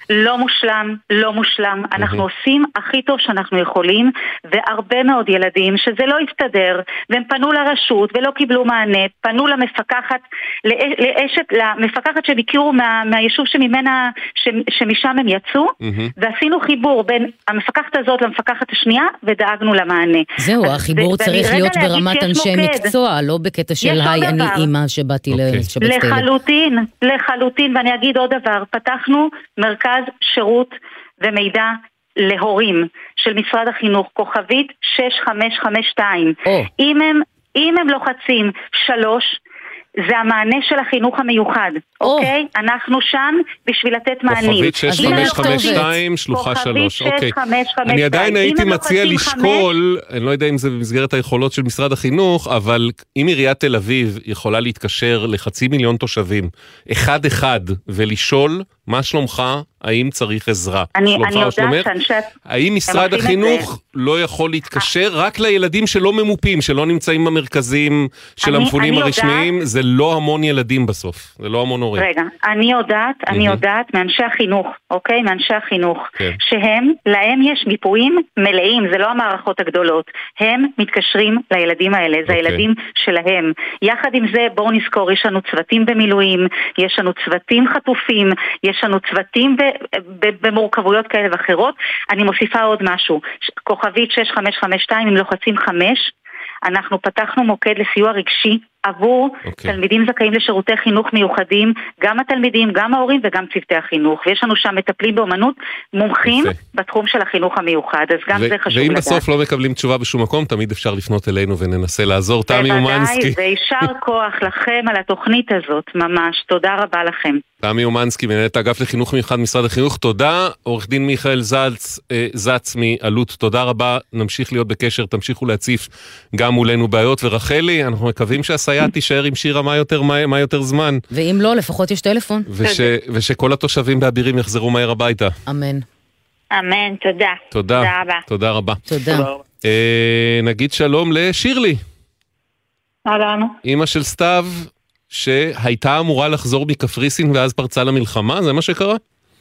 לא מושלם, לא מושלם. אנחנו עושים הכי טוב שאנחנו יכולים, והרבה מאוד ילדים שזה לא יסתדר, והם פנו לרשות ולא קיבלו מענה, פנו למפקחת, לאשת, למפקחת שהם הכירו מה, מהיישוב שממנה, ש, שמשם הם יצאו, ועשינו חיבור בין המפקחת הזאת למפקחת השנייה, ודאגנו למענה. זהו, החיבור צריך להיות ברמת אנשי מקצוע, לא בקטע של היי, אני אימא שבאתי לשבץ תלד. לחלוטין, לחלוטין, ואני אגיד עוד דבר, פתחנו מרכז שירות ומידע להורים של משרד החינוך, כוכבית שש חמש חמש שתיים. אם הם, אם הם לוחצים שלוש, זה המענה של החינוך המיוחד, אוקיי? אנחנו שם בשביל לתת מענים. כוכבית שש חמש חמש שתיים, שלוחה שלוש, אוקיי. אני עדיין הייתי מציע לשקול, אני לא יודע אם זה במסגרת היכולות של משרד החינוך, אבל אם עיריית תל אביב יכולה להתקשר לחצי מיליון תושבים, אחד אחד, ולשאול מה שלומך, האם צריך עזרה? אני יודעת שאנשי... האם משרד החינוך לא יכול להתקשר רק לילדים שלא ממופים, שלא נמצאים במרכזים של המפונים הרשמיים? זה לא המון ילדים בסוף, זה לא המון הורים. רגע, אני יודעת, אני יודעת מאנשי החינוך, אוקיי? מאנשי החינוך, שהם, להם יש מיפויים מלאים, זה לא המערכות הגדולות. הם מתקשרים לילדים האלה, זה הילדים שלהם. יחד עם זה, בואו נזכור, יש לנו צוותים במילואים, יש לנו צוותים חטופים, יש לנו צוותים במורכבויות כאלה ואחרות. אני מוסיפה עוד משהו, כוכבית שש חמש חמש שתיים, אם לוחצים חמש, אנחנו פתחנו מוקד לסיוע רגשי עבור okay. תלמידים זכאים לשירותי חינוך מיוחדים, גם התלמידים, גם ההורים וגם צוותי החינוך. ויש לנו שם מטפלים באומנות מומחים okay. בתחום של החינוך המיוחד, אז גם ו- זה חשוב ואם לדעת. בסוף לא מקבלים תשובה בשום מקום, תמיד אפשר לפנות אלינו וננסה לעזור. תמי אומנסקי. בוודאי, וישר כוח לכם על התוכנית הזאת, ממש. תודה רבה לכם. תמי אומנסקי, מנהלת האגף לחינוך מיוחד משרד החינוך, תודה. עורך דין מיכאל זץ, זץ מאלו"ט, תודה רבה. נמשיך להיות בקשר, תמשיכו להציף גם מולנו בעיות. ורחלי, אנחנו מקווים שהסייעת תישאר עם שירה מה יותר, מה, מה יותר זמן. ואם לא, לפחות יש טלפון. וש, ושכל התושבים באבירים יחזרו מהר הביתה. אמן. אמן, תודה. תודה. תודה רבה. תודה רבה. תודה. אה, נגיד שלום לשירלי. אהלן. אמא של סתיו, שהייתה אמורה לחזור מקפריסין ואז פרצה למלחמה, זה מה שקרה?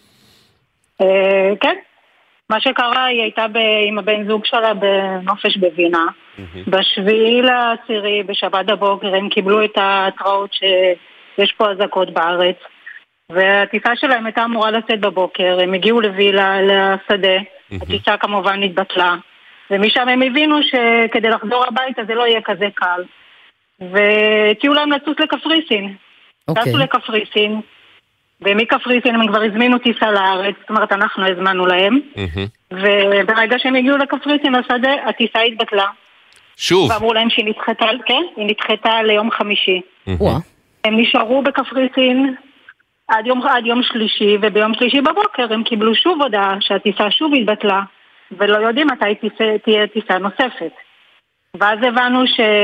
כן, מה שקרה, היא הייתה עם הבן זוג שלה בנופש בווינה. בשביעי לעשירי, בשבת הבוקר, הם קיבלו את ההתראות שיש פה אזעקות בארץ, והטיסה שלהם הייתה אמורה לצאת בבוקר. הם הגיעו לווילה, לשדה, הטיסה כמובן התבטלה, ומשם הם הבינו שכדי לחזור הביתה זה לא יהיה כזה קל, והציעו להם לצוץ לקפריסין. טסו לקפריסין, ומקפריסין הם כבר הזמינו טיסה לארץ, זאת אומרת אנחנו הזמנו להם, וברגע שהם הגיעו לקפריסין לשדה, הטיסה התבטלה. שוב. ואמרו להם שהיא נדחתה, כן? היא נדחתה ליום חמישי. הם נשארו בקפריסין עד יום, עד יום שלישי, וביום שלישי בבוקר הם קיבלו שוב הודעה שהטיסה שוב התבטלה, ולא יודעים מתי תהיה טיסה נוספת. ואז הבנו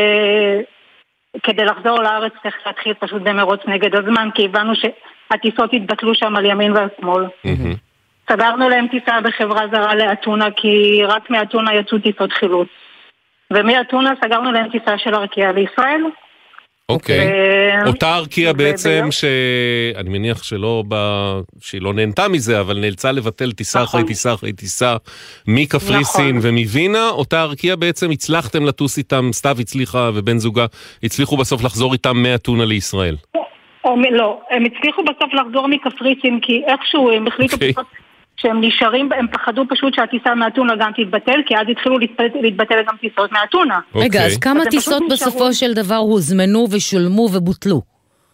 שכדי לחזור לארץ צריך להתחיל פשוט במרוץ נגד הזמן, כי הבנו שהטיסות התבטלו שם על ימין ועל שמאל. סגרנו להם טיסה בחברה זרה לאתונה, כי רק מאתונה יצאו טיסות חילוץ. ומאתונה סגרנו להם טיסה של ארקיע לישראל. אוקיי. אותה ארקיע בעצם, שאני מניח שלא, שהיא לא נהנתה מזה, אבל נאלצה לבטל טיסה אחרי טיסה אחרי טיסה מקפריסין ומווינה. אותה ארקיע בעצם הצלחתם לטוס איתם, סתיו הצליחה ובן זוגה הצליחו בסוף לחזור איתם מאתונה לישראל. לא, הם הצליחו בסוף לחזור מקפריסין, כי איכשהו הם החליטו פשוט שהם נשארים, הם פחדו פשוט שהטיסה מאתונה גם תתבטל, כי אז התחילו להתבטל גם טיסות מאתונה. רגע, אז כמה טיסות בסופו של דבר הוזמנו ושולמו ובוטלו?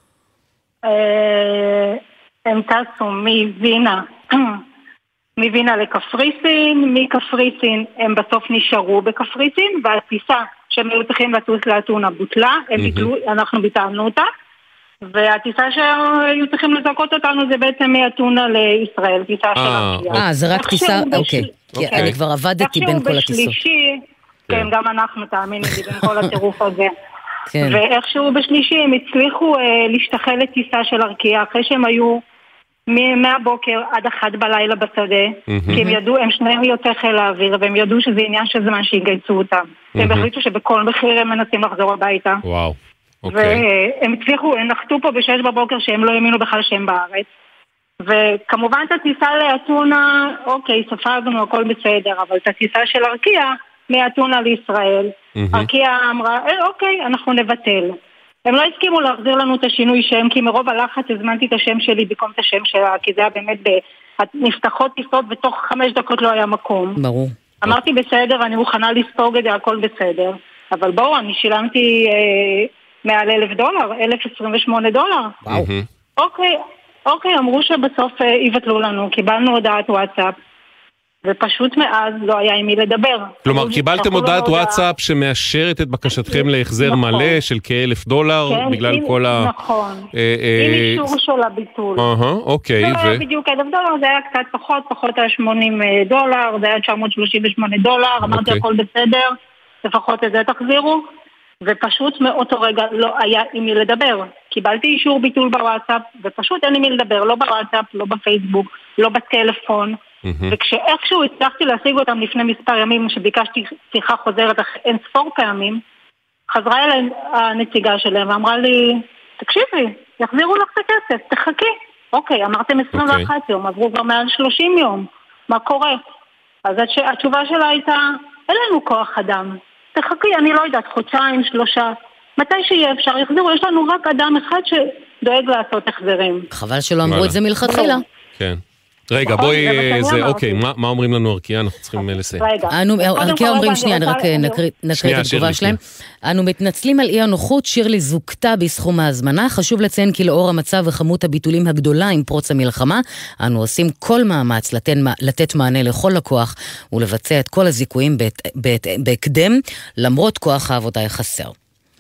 הם טסו מווינה, מווינה לקפריסין, מקפריסין הם בסוף נשארו בקפריסין, והטיסה שהם היו צריכים לטוס לאתונה בוטלה, אנחנו ביטלנו אותה, והטיסה שהיו צריכים לזכות אותנו זה בעצם מאתונה לישראל, טיסה של ארקיע. אה, זה רק טיסה, אוקיי. אני כבר עבדתי בין כל הטיסות. כן, גם אנחנו, תאמיני לי, בין כל הטירוף הזה. ואיכשהו בשלישי הם הצליחו להשתחל לטיסה של ארקיע, אחרי שהם היו מהבוקר עד אחת בלילה בשדה, כי הם ידעו, הם שניהם יוצאי חיל האוויר, והם ידעו שזה עניין של זמן שיגייסו אותם. הם החליטו שבכל מחיר הם מנסים לחזור הביתה. וואו. והם הצליחו, הם נחתו פה בשש בבוקר שהם לא האמינו בכלל שהם בארץ, וכמובן את הטיסה לאתונה, אוקיי, ספגנו, הכל בסדר, אבל את הטיסה של ארקיע מאתונה לישראל, mm-hmm. ארקיע אמרה, אה, אוקיי, אנחנו נבטל. הם לא הסכימו להחזיר לנו את השינוי שם, כי מרוב הלחץ הזמנתי את השם שלי במקום את השם שלה, כי זה היה באמת נפתחות טיסות, ותוך חמש דקות לא היה מקום. ברור. אמרתי בסדר, אני מוכנה לספוג את זה, הכל בסדר. אבל בואו, אני שילמתי אה, מעל אלף דולר, אלף עשרים ושמונה דולר. וואו. אוקיי, אוקיי, אמרו שבסוף אה, יבטלו לנו, קיבלנו הודעת וואטסאפ, ופשוט מאז לא היה עם מי לדבר. כלומר, קיבלתם הודעת וואטסאפ שמאשרת את בקשתכם להחזר מלא של כאלף דולר, בגלל כל ה... נכון, עם אישור של הביטול. אוקיי, ו... זה היה בדיוק אלף דולר, זה היה קצת פחות, פחות היה שמונים דולר, זה היה תשע מאות שלושים ושמונה דולר, אמרתי הכל בסדר, לפחות את זה תחזירו, ופשוט מאותו רגע לא היה עם מי לדבר. קיבלתי אישור ביטול בוואטסאפ, ופשוט אין עם מי לדבר, לא בוואטסאפ, לא בפייסבוק, לא בטלפון, וכשאיכשהו הצלחתי להשיג אותם לפני מספר ימים, שביקשתי שיחה חוזרת אין ספור פעמים, חזרה אליי הנציגה שלהם ואמרה לי, תקשיבי, יחזירו לך את הכסף, תחכי. אוקיי, אמרתם עשרים ואחד יום, עברו כבר מעל שלושים יום, מה קורה? אז התשובה שלה הייתה, אין לנו כוח אדם, תחכי, אני לא יודעת, חודשיים, שלושה, מתי שיהיה אפשר, יחזירו, יש לנו רק אדם אחד שדואג לעשות החזרים. חבל שלא אמרו את זה מלכתחילה. כן. רגע, בואי, זה, אוקיי, מה אומרים לנו ארקיע? אנחנו צריכים לסיים. ארקיע אומרים, שנייה, רק נקריא את התגובה שלהם. אנו מתנצלים על אי הנוחות, שירלי זוכתה בסכום ההזמנה, חשוב לציין כי לאור המצב וכמות הביטולים הגדולה עם פרוץ המלחמה, אנו עושים כל מאמץ לתת מענה לכל לקוח, ולבצע את כל הזיכויים בהקדם, למרות כוח העבודה החסר.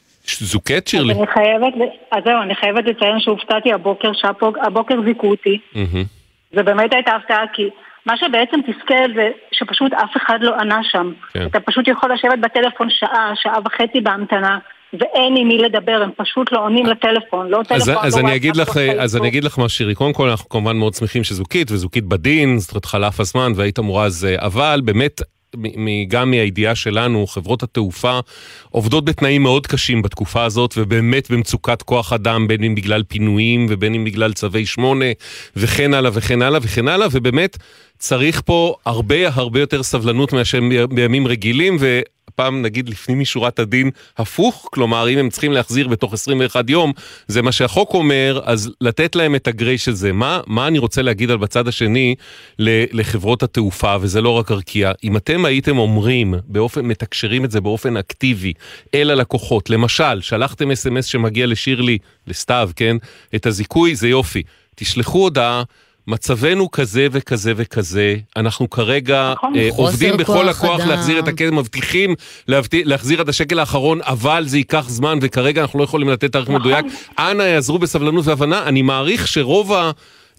זוכת, שירלי? אז זהו, אני חייבת לציין שהופתעתי הבוקר, שהבוקר זיכו אותי. זה באמת הייתה הפתעה, כי מה שבעצם תזכה זה שפשוט אף אחד לא ענה שם. כן. אתה פשוט יכול לשבת בטלפון שעה, שעה וחצי בהמתנה, ואין עם מי לדבר, הם פשוט לא עונים לטלפון, לא טלפון, אז, לא אז, אני אגיד לך, אז אני אגיד לך מה שירי, קודם כל אנחנו כמובן מאוד שמחים שזוכית, וזוכית בדין, זאת אומרת חלף הזמן, והיית אמורה אז, אבל באמת, גם מהידיעה שלנו, חברות התעופה עובדות בתנאים מאוד קשים בתקופה הזאת, ובאמת במצוקת כוח אדם, בין אם בגלל פינויים, ובין אם בגלל צווי שמונה, וכן הלאה וכן הלאה וכן הלאה, ובאמת צריך פה הרבה הרבה יותר סבלנות מאשר בימים רגילים, ופעם נגיד לפנים משורת הדין הפוך, כלומר אם הם צריכים להחזיר בתוך עשרים ואחד יום, זה מה שהחוק אומר, אז לתת להם את הגרי של זה. מה, מה אני רוצה להגיד על בצד השני לחברות התעופה, וזה לא רק ארקיע, אם אתם הייתם אומרים, באופן, מתקשרים את זה באופן אקטיבי, אל הלקוחות, למשל, שלחתם אס אם אס שמגיע לשירלי, לסתיו, כן, את הזיכוי, זה יופי, תשלחו הודעה, מצבנו כזה וכזה וכזה, אנחנו כרגע אה, עובדים בכל הכוח להחזיר את הכסף, מבטיחים להחזיר את השקל האחרון, אבל זה ייקח זמן, וכרגע אנחנו לא יכולים לתת תאריך מדויק. אנא יעזרו בסבלנות והבנה. אני מעריך שרוב ה...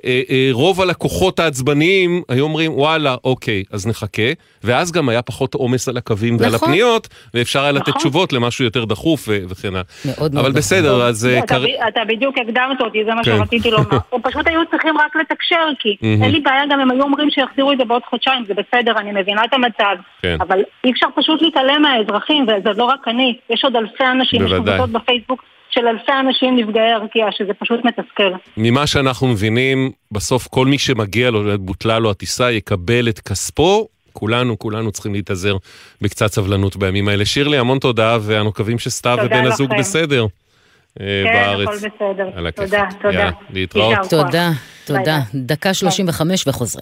רוב הלקוחות העצבניים היו אומרים, וואלה, אוקיי, אז נחכה, ואז גם היה פחות עומס על הקווים ועל הפניות, ואפשר היה לתת תשובות למשהו יותר דחוף וכן הלאה. אבל בסדר, אז... אתה בדיוק הקדמת אותי, זה מה שרציתי לומר. הם פשוט היו צריכים רק לתקשר, כי אין לי בעיה, גם הם היו אומרים שיחזירו את זה בעוד חודשיים, זה בסדר, אני מבינה את המצב, אבל אי אפשר פשוט להתעלם מהאזרחים, וזה לא רק אני, יש עוד אלפי אנשים, יש קבוצות בפייסבוק, של אלפי אנשים נפגעי ארקיע, שזה פשוט מתסכל. ממה שאנחנו מבינים, בסוף כל מי שמגיע לו, בוטלה לו הטיסה, יקבל את כספו. כולנו, כולנו צריכים להתעזר בקצת סבלנות בימים האלה. שירלי, המון תודה, ואנו מקווים שסתיו ובן הזוג בסדר. כן, הכל בסדר. תודה, תודה. להתראות. תודה, תודה. דקה שלושים וחמש וחוזרים.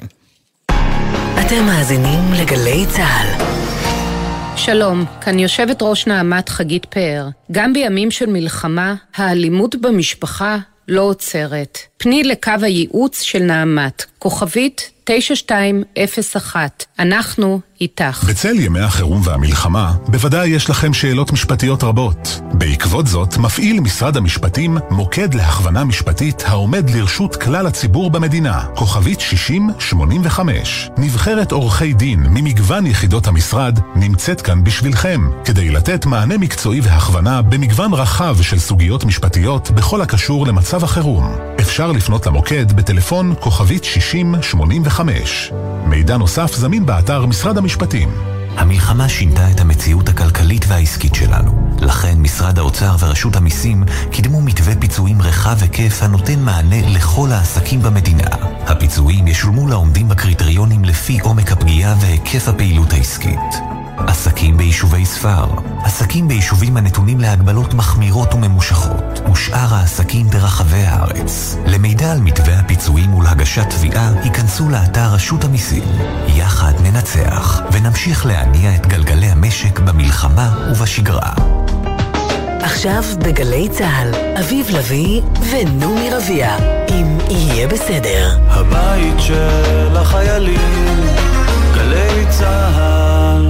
אתם מאזינים לגלי צהל. שלום, כאן יושבת ראש נעמת חגית פאר. גם בימים של מלחמה, האלימות במשפחה לא עוצרת. פני לקו הייעוץ של נעמת, כוכבית תשע שתיים אפס אחת. אנחנו איתך. בצל ימי החירום והמלחמה, בוודאי יש לכם שאלות משפטיות רבות. בעקבות זאת, מפעיל משרד המשפטים מוקד להכוונה משפטית העומד לרשות כלל הציבור במדינה. כוכבית שישים שמונים וחמש. נבחרת עורכי דין ממגוון יחידות המשרד נמצאת כאן בשבילכם, כדי לתת מענה מקצועי והכוונה במגוון רחב של סוגיות משפטיות בכל הקשור למצב החירום. אפשר לפנות למוקד בטלפון כוכבית שישים שמונים וחמש. מידע נוסף זמין באתר משרד המשפטים. המלחמה שינתה את המציאות הכלכלית והעסקית שלנו. לכן משרד האוצר ורשות המיסים קידמו מתווה פיצויים רחב היקף הנותן מענה לכל העסקים במדינה. הפיצויים ישולמו לעומדים בקריטריונים לפי עומק הפגיעה והיקף הפעילות העסקית. עסקים ביישובי ספר, עסקים ביישובים הנתונים להגבלות מחמירות וממושכות, ושאר העסקים ברחבי הארץ. למידע על מתווה הפיצויים ולהגשת תביעה, ייכנסו לאתר רשות המיסים. יחד ננצח, ונמשיך להניע את גלגלי המשק במלחמה ובשגרה. עכשיו בגלי צהל, אביב לוי ונומי רביע, אם יהיה בסדר. הבית של החיילים, גלי צהל.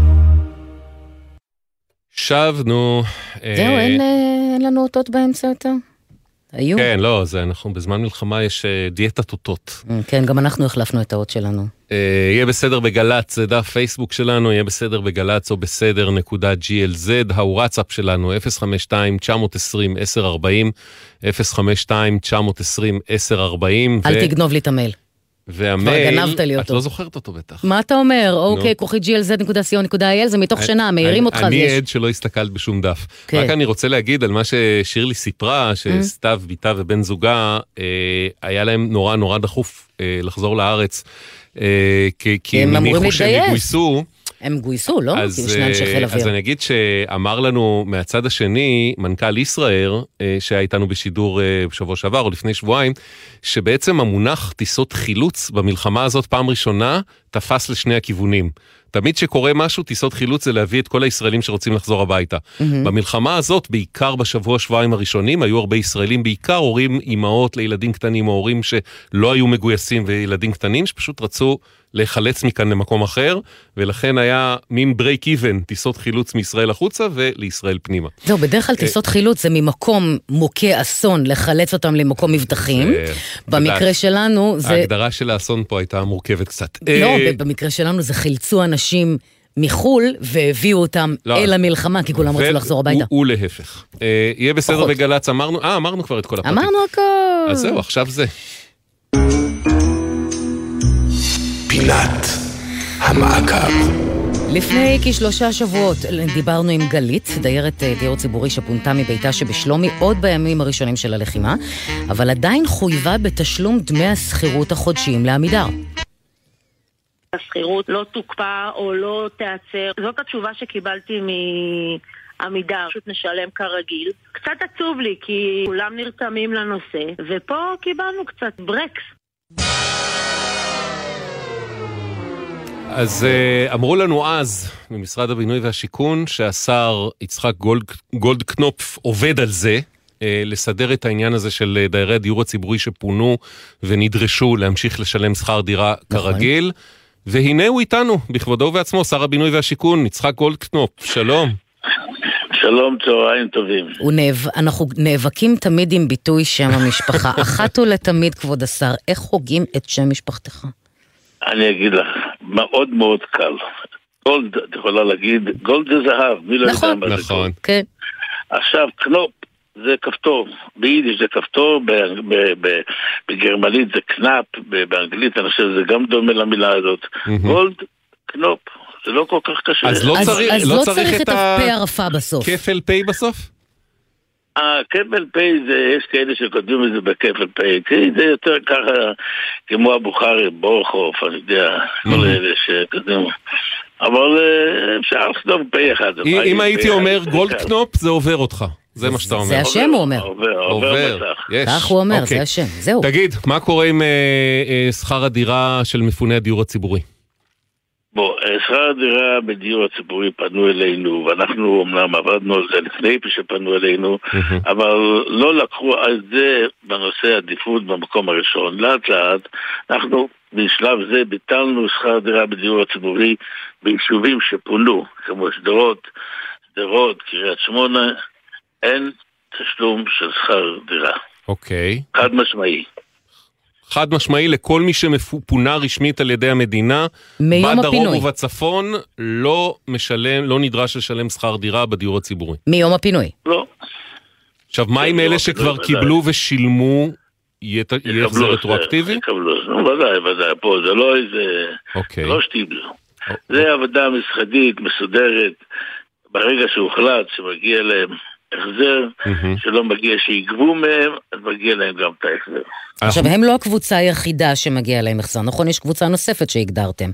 שבנו. זהו, אין, אין לנו אותות באמצע יותר? היו? כן, לא, זה אנחנו בזמן מלחמה יש דיאטת אותות. כן, גם אנחנו החלפנו את האות שלנו. יהיה בסדר בגלץ, זה דף פייסבוק שלנו, יהיה בסדר בגלץ או בסדר נקודה ג'י אל זד, הוואטסאפ שלנו אפס חמש שתיים תשע עשרים עשר ארבעים, אפס חמש שתיים תשע עשרים עשר ארבעים. אל תגנוב לי את המייל. והמייל, את לא זוכרת אותו בטח. מה אתה אומר? אוקיי, כוכי ג'י אל זד נקודה סי או נקודה איי אל, זה מתוך שינה, מהירים אותך. אני עד שלא הסתכלת בשום דף. רק אני רוצה להגיד על מה ששירלי סיפרה, שסתיו, ביתה ובן זוגה, היה להם נורא נורא דחוף לחזור לארץ, כי הם הניחו שהם יגויסו. הם גויסו, לא? אז, אז אני אגיד שאמר לנו מהצד השני, מנכ"ל ישראייר, שהיה איתנו בשידור בשבוע שעבר או לפני שבועיים, שבעצם המונח טיסות חילוץ במלחמה הזאת פעם ראשונה תפס לשני הכיוונים. תמיד שקורה משהו, טיסות חילוץ זה להביא את כל הישראלים שרוצים לחזור הביתה. Mm-hmm. במלחמה הזאת, בעיקר בשבוע שבועיים הראשונים, היו הרבה ישראלים, בעיקר הורים, אימהות לילדים קטנים, או הורים שלא היו מגויסים וילדים קטנים, שפשוט רצו לחלץ מכאן למקום אחר, ולכן היה מין ברייק איבן, טיסות חילוץ מישראל החוצה ולישראל פנימה. זהו, בדרך כלל טיסות חילוץ זה ממקום מוכה אסון, לחלץ אותם למקום מבטחים. במקרה שלנו זה... ההגדרה של האסון פה הייתה מורכבת קצת. לא, במקרה שלנו זה חילצו אנשים מחול, והביאו אותם אל המלחמה, כי כולם רצו לחזור הביתה. ולהפך. יהיה בסדר בגלץ, אמרנו, אה, אמרנו כבר את כל הפרטים. אמרנו הכל. אז זהו, עכשיו זה. פינת המעקב. לפני כשלושה שבועות דיברנו עם גלית, דיירת דיור ציבורי שפונתה מביתה שבשלומי עוד בימים הראשונים של הלחימה, אבל עדיין חויבה בתשלום דמי הסחירות החודשיים לעמידר. הסחירות לא תוקפה או לא תעצר. זאת התשובה שקיבלתי מעמידר, פשוט נשלם כרגיל. קצת עצוב לי כי כולם נרתמים לנושא, ופה קיבלנו קצת ברקס. אז אמרו לנו אז ממשרד הבינוי והשיכון שהשר יצחק גולד, גולדקנופ עובד על זה, לסדר את העניין הזה של דיירי הדיור הציבורי שפונו ונדרשו להמשיך לשלם שכר דירה כרגיל, והנה הוא איתנו, בכבודו ובעצמו, שר הבינוי והשיכון, יצחק גולדקנופ, שלום. שלום, צהריים טובים. נאב... אנחנו נאבקים תמיד עם ביטוי שם המשפחה. אחת ולתמיד, כבוד השר, איך הוגים את שם משפחתך? אני אגיד לך, מאוד מאוד קל. גולד, את יכולה להגיד, גולד זה זהב. נכון, נכון. כן. עכשיו, קנופ זה כפתור. ביידיש זה כפתור, בגרמנית זה קנאפ, באנגלית אני חושב שזה גם דומה למילה הזאת. גולד, קנופ. זה לא כל כך קשה. אז לא צריך, אז לא לא צריך, צריך את הפה הרפה בסוף. כפל פי בסוף? הכפל פי זה, יש כאלה שכותבים את זה בכפל פי, כי זה יותר ככה כמו הבוכרי, בורחוף, אני יודע, כל אלה שכותבים. אבל אפשר לכתוב פי אחד. אם הייתי אומר גולדקנופ, זה עובר אותך. זה מה שאתה אומר. זה השם הוא אומר. עובר, יש. כך הוא אומר, זה השם, זהו. תגיד, מה קורה עם שכר הדירה של מפוני הדיור הציבורי? בוא, שכר הדירה בדיור הציבורי פנו אלינו, ואנחנו אמנם עבדנו על זה לפני שפנו אלינו, אבל לא לקחו על זה בנושא עדיפות במקום הראשון. לאט לאט, אנחנו בשלב זה ביטלנו שכר דירה בדיור הציבורי ביישובים שפונו, כמו שדרות, שדרות, קריית שמונה, אין תשלום של שכר דירה. אוקיי. חד משמעי. חד משמעי לכל מי שפונה רשמית על ידי המדינה, בדרום ובצפון, לא משלם, לא נדרש לשלם שכר דירה בדיור הציבורי. מיום הפינוי. לא. עכשיו, מה עם אלה שכבר קיבלו ושילמו, יהיה החזר רטרואקטיבי? יקבלו, ודאי, ודאי, פה זה לא איזה, לא שתיבלו. זה עבודה משרדית, מסודרת, ברגע שהוחלט שמגיע להם החזר, שלא מגיע שיגבו מהם, אז מגיע להם גם את ההחזר. עכשיו, הם לא הקבוצה היחידה שמגיע להם החזר, נכון? יש קבוצה נוספת שהגדרתם.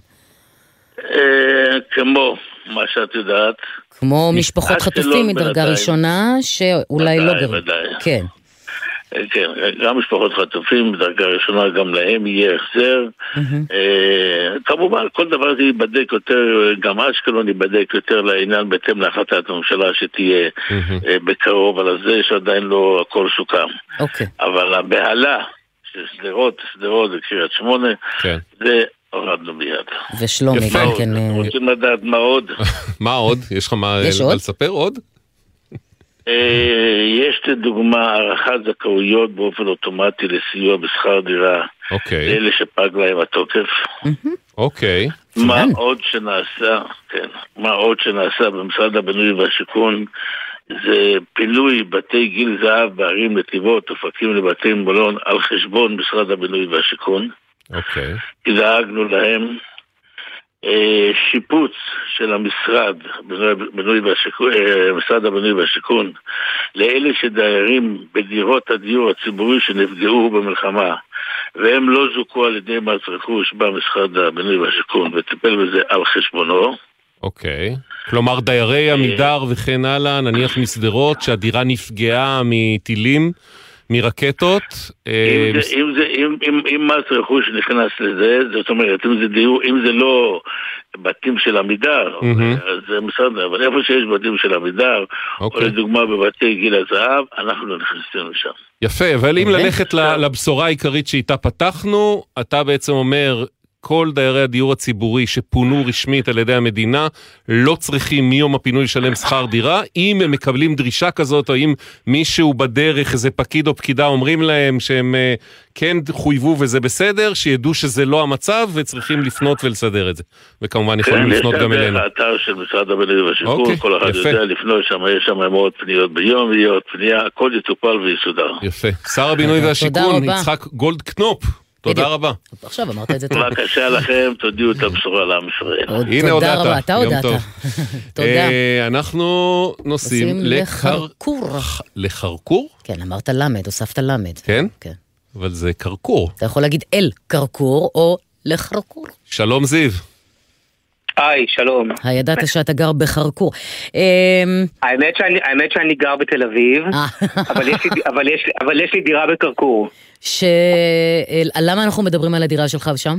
כמו מה שאת יודעת. כמו משפחות חטופים מדרגה ראשונה, שאולי לא גרים. ודאי. כן. כן, גם משפחות חטופים בדרגה ראשונה, גם להם יהיה החזר. כמובן, כל דבר זה ייבדק יותר, גם אשקלון ייבדק יותר לעניין בהתאם להחלטת הממשלה שתהיה בקרוב, אבל זה שעדיין לא הכל סוכם. אבל הבהלה של סדרות, סדרות וקריית שמונה, זה הורדנו ביד. ושלומי גם כן... רוצים לדעת מה עוד? מה עוד? יש לך מה לספר עוד? יש לדוגמה הערכת זכאויות באופן אוטומטי לסיוע בשכר דירה לאלה שפג להם התוקף. אוקיי. מה עוד שנעשה, כן, מה עוד שנעשה במשרד הבינוי והשיכון זה פינוי בתי גיל זהב בערים נתיבות, אופקים לבתי מלון על חשבון משרד הבינוי והשיכון. אוקיי. כי דאגנו להם. שיפוץ של המשרד, בינוי והשיכון, משרד הבינוי והשיכון, לאלה שדיירים בדירות הדיור הציבורי שנפגעו במלחמה, והם לא זוכו על ידי מס רכוש במשרד הבינוי והשיכון, וטיפל בזה על חשבונו. אוקיי. כלומר, דיירי עמידר וכן הלאה, נניח מסדרות, שהדירה נפגעה מטילים, מרקטות. אם מס רכוש נכנס לזה, זאת אומרת, אם זה לא בתים של עמידר, זה משרד, אבל איפה שיש בתים של עמידר, או לדוגמה בבתי גיל הזהב, אנחנו לא נכנסים לשם. יפה, אבל אם ללכת לבשורה העיקרית שאיתה פתחנו, אתה בעצם אומר, כל דיירי הדיור הציבורי שפונו רשמית על ידי המדינה לא צריכים מיום הפינוי לשלם שכר דירה, אם הם מקבלים דרישה כזאת או אם מישהו בדרך, איזה פקיד או פקידה אומרים להם שהם כן חויבו וזה בסדר, שידעו שזה לא המצב וצריכים לפנות ולסדר את זה. וכמובן יכולים לפנות גם אלינו. יש האתר של משרד הבינוי והשיכון, כל אחד יודע לפנות שם, יש שם מאות פניות ביום, מאות פנייה, הכל יטופל ויסודר. יפה. שר הבינוי והשיכון, יצחק גולדקנופ. תודה רבה. עכשיו אמרת את זה טוב. בבקשה לכם, תודיעו את הבשורה לעם ישראל. הנה הודעת. תודה רבה, אתה הודעת. תודה. אנחנו נוסעים לחרקור. לחרקור? כן, אמרת למד, הוספת למד. כן? כן. אבל זה קרקור. אתה יכול להגיד אל קרקור או לחרקור. שלום זיו. היי, שלום. הידעת שאתה גר בחרקור. האמת שאני, האמת שאני גר בתל אביב, אבל יש לי, אבל יש, אבל יש לי דירה בקרקור. ש... למה אנחנו מדברים על הדירה שלך שם?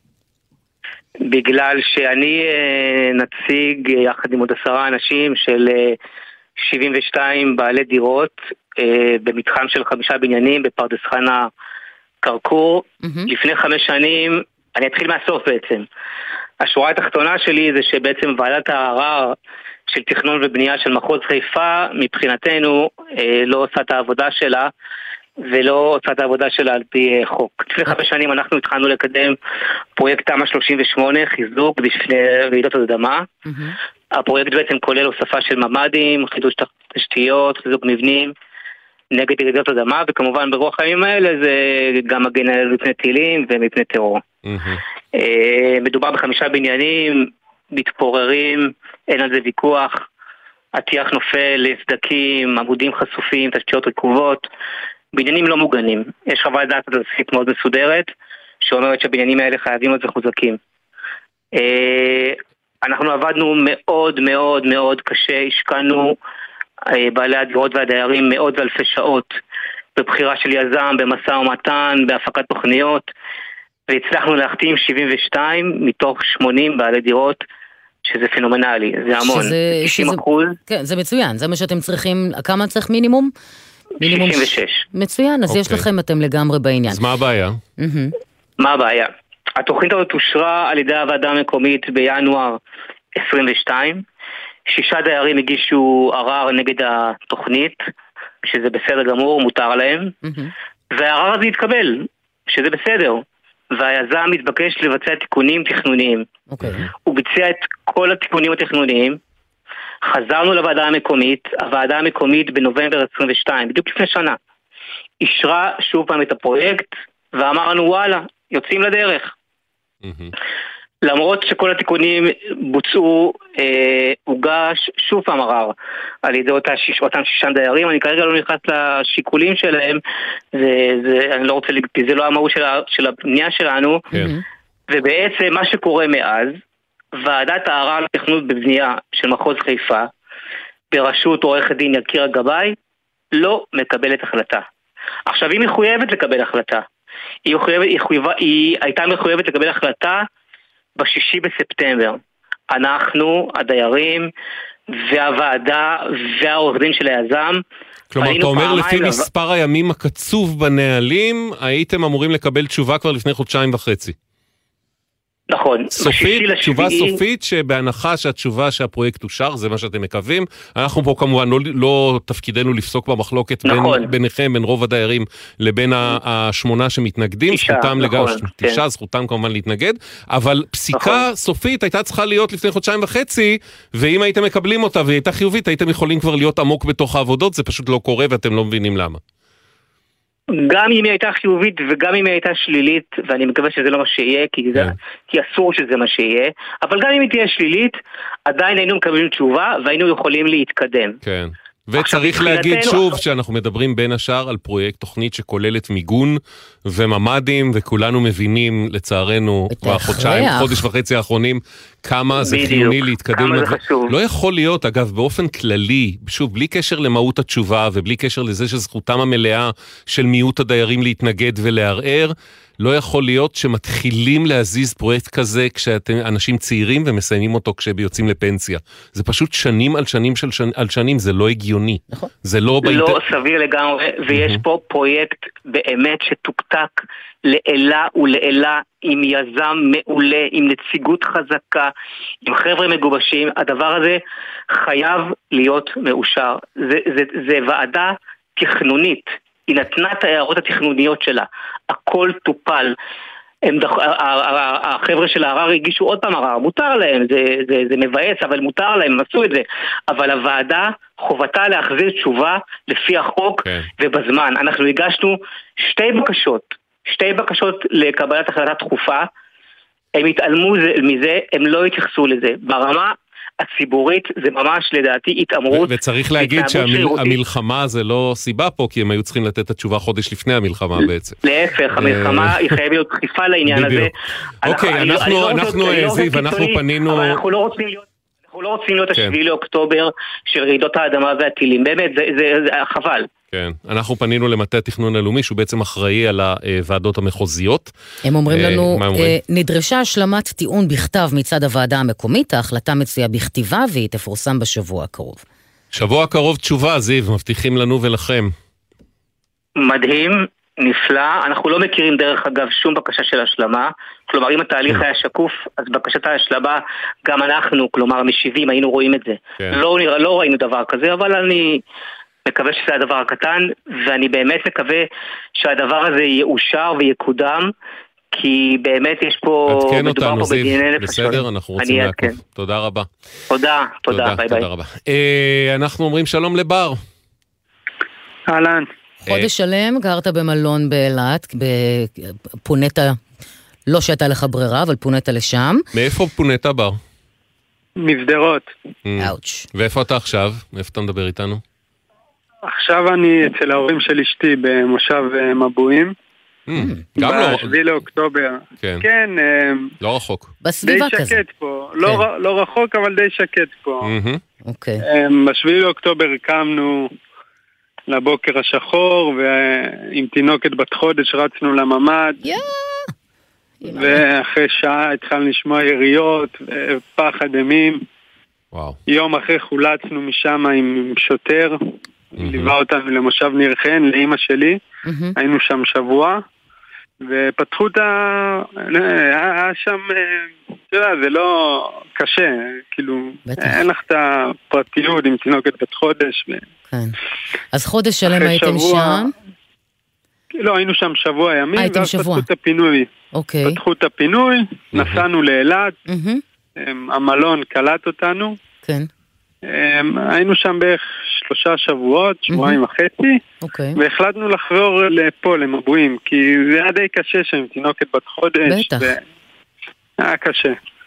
בגלל שאני נציג יחד עם עוד עשרה אנשים של שבעים ושתיים בעלי דירות במתחם של חמישה בניינים בפרדס חנה קרקור. לפני חמש שנים, אני אתחיל מהסוף בעצם. השורה התחתונה שלי זה שבעצם ועדת הערר של תכנון ובנייה של מחוז חיפה מבחינתנו לא עושה את העבודה שלה ולא עושה את העבודה שלה על פי חוק. לפני חמש שנים אנחנו התחלנו לקדם פרויקט תמ"א שלושים ושמונה, חיזוק בפני רעידות אדמה. הפרויקט בעצם כולל הוספה של ממ"דים, חידוש תשתיות, חיזוק מבנים נגד רעידות אדמה, וכמובן ברוח הימים האלה זה גם מגן עלינו מפני טילים ומפני טרור. מדובר בחמישה בניינים מתפוררים, אין על זה ויכוח, הטיח נופל, סדקים, עמודים חשופים, תשתיות רקובות, בניינים לא מוגנים. יש חוות דעת הנדסית מאוד מסודרת שאומרת שהבניינים האלה חייבים להיות מחוזקים. אנחנו עבדנו מאוד מאוד מאוד קשה, השקענו בעלי הדירות והדיירים מאות ואלפי שעות בבחירה של יזם, במשא ומתן, בהפקת תוכניות, והצלחנו להחתים שבעים ושתיים מתוך שמונים בעלי דירות, שזה פנומנלי, זה המון, שזה, תשעים אחוז. כן, זה מצוין, זה מה שאתם צריכים, כמה צריך מינימום? מינימום שישים ושש. מצוין, אז okay. יש לכם, אתם לגמרי בעניין. אז מה הבעיה? Mm-hmm. מה הבעיה? התוכנית הזאת אושרה על ידי הוועדה המקומית בינואר עשרים ושתיים, שישה דיירים הגישו ערר נגד התוכנית, שזה בסדר גמור, מותר להם, mm-hmm. והערר הזה התקבל, שזה בסדר. והיזם מתבקש לבצע תיקונים תכנוניים. Okay. הוא ביצע את כל התיקונים התכנוניים, חזרנו לוועדה המקומית, הוועדה המקומית בנובמבר עשרים ושתיים, בדיוק לפני שנה, אישרה שוב פעם את הפרויקט, ואמרנו וואלה, יוצאים לדרך. Mm-hmm. למרות שכל התיקונים בוצעו, אה, הוגש שוב פעם ערר על ידי אותה שיש, אותם שישה דיירים. אני כרגע לא נכנס לשיקולים שלהם, זה, זה, אני לא רוצה, זה לא המהות של, של הבנייה שלנו. כן. ובעצם מה שקורה מאז, ועדת הערר לתכנון בבנייה של מחוז חיפה, בראשות עורך הדין יקיר גבאי, לא מקבלת החלטה. עכשיו היא מחויבת לקבל החלטה. היא, מחויבת, היא, חויבה, היא הייתה מחויבת לקבל החלטה בשישי בספטמבר. אנחנו, הדיירים והוועדה והעורך דין של היזם, כלומר, אתה אומר לפי לב... מספר הימים הקצוב בנהלים, הייתם אמורים לקבל תשובה כבר לפני חודשיים וחצי. נכון. סופית, תשובה סופית שבהנחה שהתשובה שהפרויקט אושר, זה מה שאתם מקווים. אנחנו פה כמובן לא, לא תפקידנו לפסוק במחלוקת נכון. בין, ביניכם, בין רוב הדיירים לבין השמונה שמתנגדים. תשע, זכותם נכון, לגש, כן. תשע, זכותם כמובן להתנגד. אבל פסיקה נכון. סופית הייתה צריכה להיות לפני חודשיים וחצי, ואם הייתם מקבלים אותה והיא הייתה חיובית, הייתם יכולים כבר להיות עמוק בתוך העבודות, זה פשוט לא קורה ואתם לא מבינים למה. גם אם היא הייתה חיובית וגם אם היא הייתה שלילית, ואני מקווה שזה לא מה שיהיה, כי, זה, כי אסור שזה מה שיהיה, אבל גם אם היא תהיה שלילית, עדיין היינו מקבלים תשובה והיינו יכולים להתקדם. כן. וצריך להגיד שוב שאנחנו מדברים בין השאר על פרויקט, תוכנית שכוללת מיגון וממדים, וכולנו מבינים לצערנו בחודשיים, חודש וחצי האחרונים, כמה זה חיוני להתקדם. לא יכול להיות, אגב, באופן כללי, שוב, בלי קשר למהות התשובה, ובלי קשר לזה שזכותם המלאה של מיעוט הדיירים להתנגד ולערער, לא יכול להיות שמתחילים להזיז פרויקט כזה כשאתם אנשים צעירים ומסיימים אותו כשביוצאים לפנסיה. זה פשוט שנים על שנים של שנ... על שנים, זה לא הגיוני. נכון. זה לא... לא באינט... סביר לגמרי, ויש mm-hmm. פה פרויקט באמת שתוקתק לעילה ולעילה עם יזם מעולה, עם נציגות חזקה, עם חבר'ה מגובשים. הדבר הזה חייב להיות מאושר. זה, זה, זה ועדה תכנונית. היא נתנה את ההערות התכנוניות שלה, הכל טופל. הם דח... החבר'ה של הערר הגישו עוד פעם ערר, מותר להם, זה, זה, זה מבאס, אבל מותר להם, הם עשו את זה. אבל הוועדה חובתה להחזיר תשובה לפי החוק okay. ובזמן. אנחנו הגשנו שתי בקשות, שתי בקשות לקבלת החלטה דחופה, הם התעלמו מזה, הם לא התייחסו לזה. ברמה הציבורית זה ממש לדעתי התאמרות. וצריך להגיד שהמלחמה זה לא סיבה פה, כי הם היו צריכים לתת את התשובה חודש לפני המלחמה בעצם. להפך, המלחמה היא חייבת להיות דחיפה לעניין הזה. אוקיי, אנחנו, זיו, אנחנו פנינו... אבל אנחנו לא רוצים להיות... אנחנו לא רוצים להיות השביעי לאוקטובר של רעידות האדמה והטילים. באמת, זה חבל. כן, אנחנו פנינו למטה התכנון הלאומי, שהוא בעצם אחראי על הוועדות המחוזיות. הם אומרים לנו, נדרשה השלמת טיעון בכתב מצד הוועדה המקומית, ההחלטה מצויה בכתיבה והיא תפורסם בשבוע הקרוב. שבוע הקרוב תשובה, זיו, מבטיחים לנו ולכם. מדהים, נפלא. אנחנו לא מכירים דרך אגב שום בקשה של השלמה. כלומר, אם התהליך היה שקוף, אז בקשת ההשלמה, גם אנחנו, כלומר, המשיבים, היינו רואים את זה. לא, לא ראינו דבר כזה, אבל אני... מקווה שזה הדבר הקטן, ואני באמת מקווה שהדבר הזה יאושר ויקודם, כי באמת יש פה... עדכן אותנו, זיו, בסדר? אנחנו רוצים לעקוב. תודה רבה. תודה, תודה, ביי ביי. אנחנו אומרים שלום לבר. אהלן. חודש שלם, גרת במלון באילת, פונית, לא שהייתה לך ברירה, אבל פונית לשם. מאיפה פונית, בר? מבדרות. אאוץ'. ואיפה אתה עכשיו? מאיפה אתה מדבר איתנו? עכשיו אני אצל ההורים של אשתי במושב מבועים. גם לא... בשביעי לאוקטובר. כן. כן. לא רחוק. בסביבה כזה. די שקט פה. לא רחוק, אבל די שקט פה. אוקיי. בשביעי לאוקטובר קמנו לבוקר השחור, ועם תינוקת בת חודש רצנו לממד. ואחרי שעה התחלנו לשמוע יריות ופחד אימים. וואו. יום אחרי חולצנו משם עם שוטר. ליווה אותנו למושב ניר חן, לאמא שלי, היינו שם שבוע, ופתחו את ה... היה שם, אתה יודע, זה לא קשה, כאילו, אין לך את הפרטיות עם תינוקת בת חודש. כן. אז חודש שלם הייתם שם? לא, היינו שם שבוע ימים, ואז פתחו את הפינוי. אוקיי. פתחו את הפינוי, נסענו לאילת, המלון קלט אותנו. כן. היינו שם בערך שלושה שבועות, שבועיים וחצי, והחלטנו לחזור לפה, למבועים, כי זה היה די קשה שם, תינוקת בת חודש. בטח. היה קשה.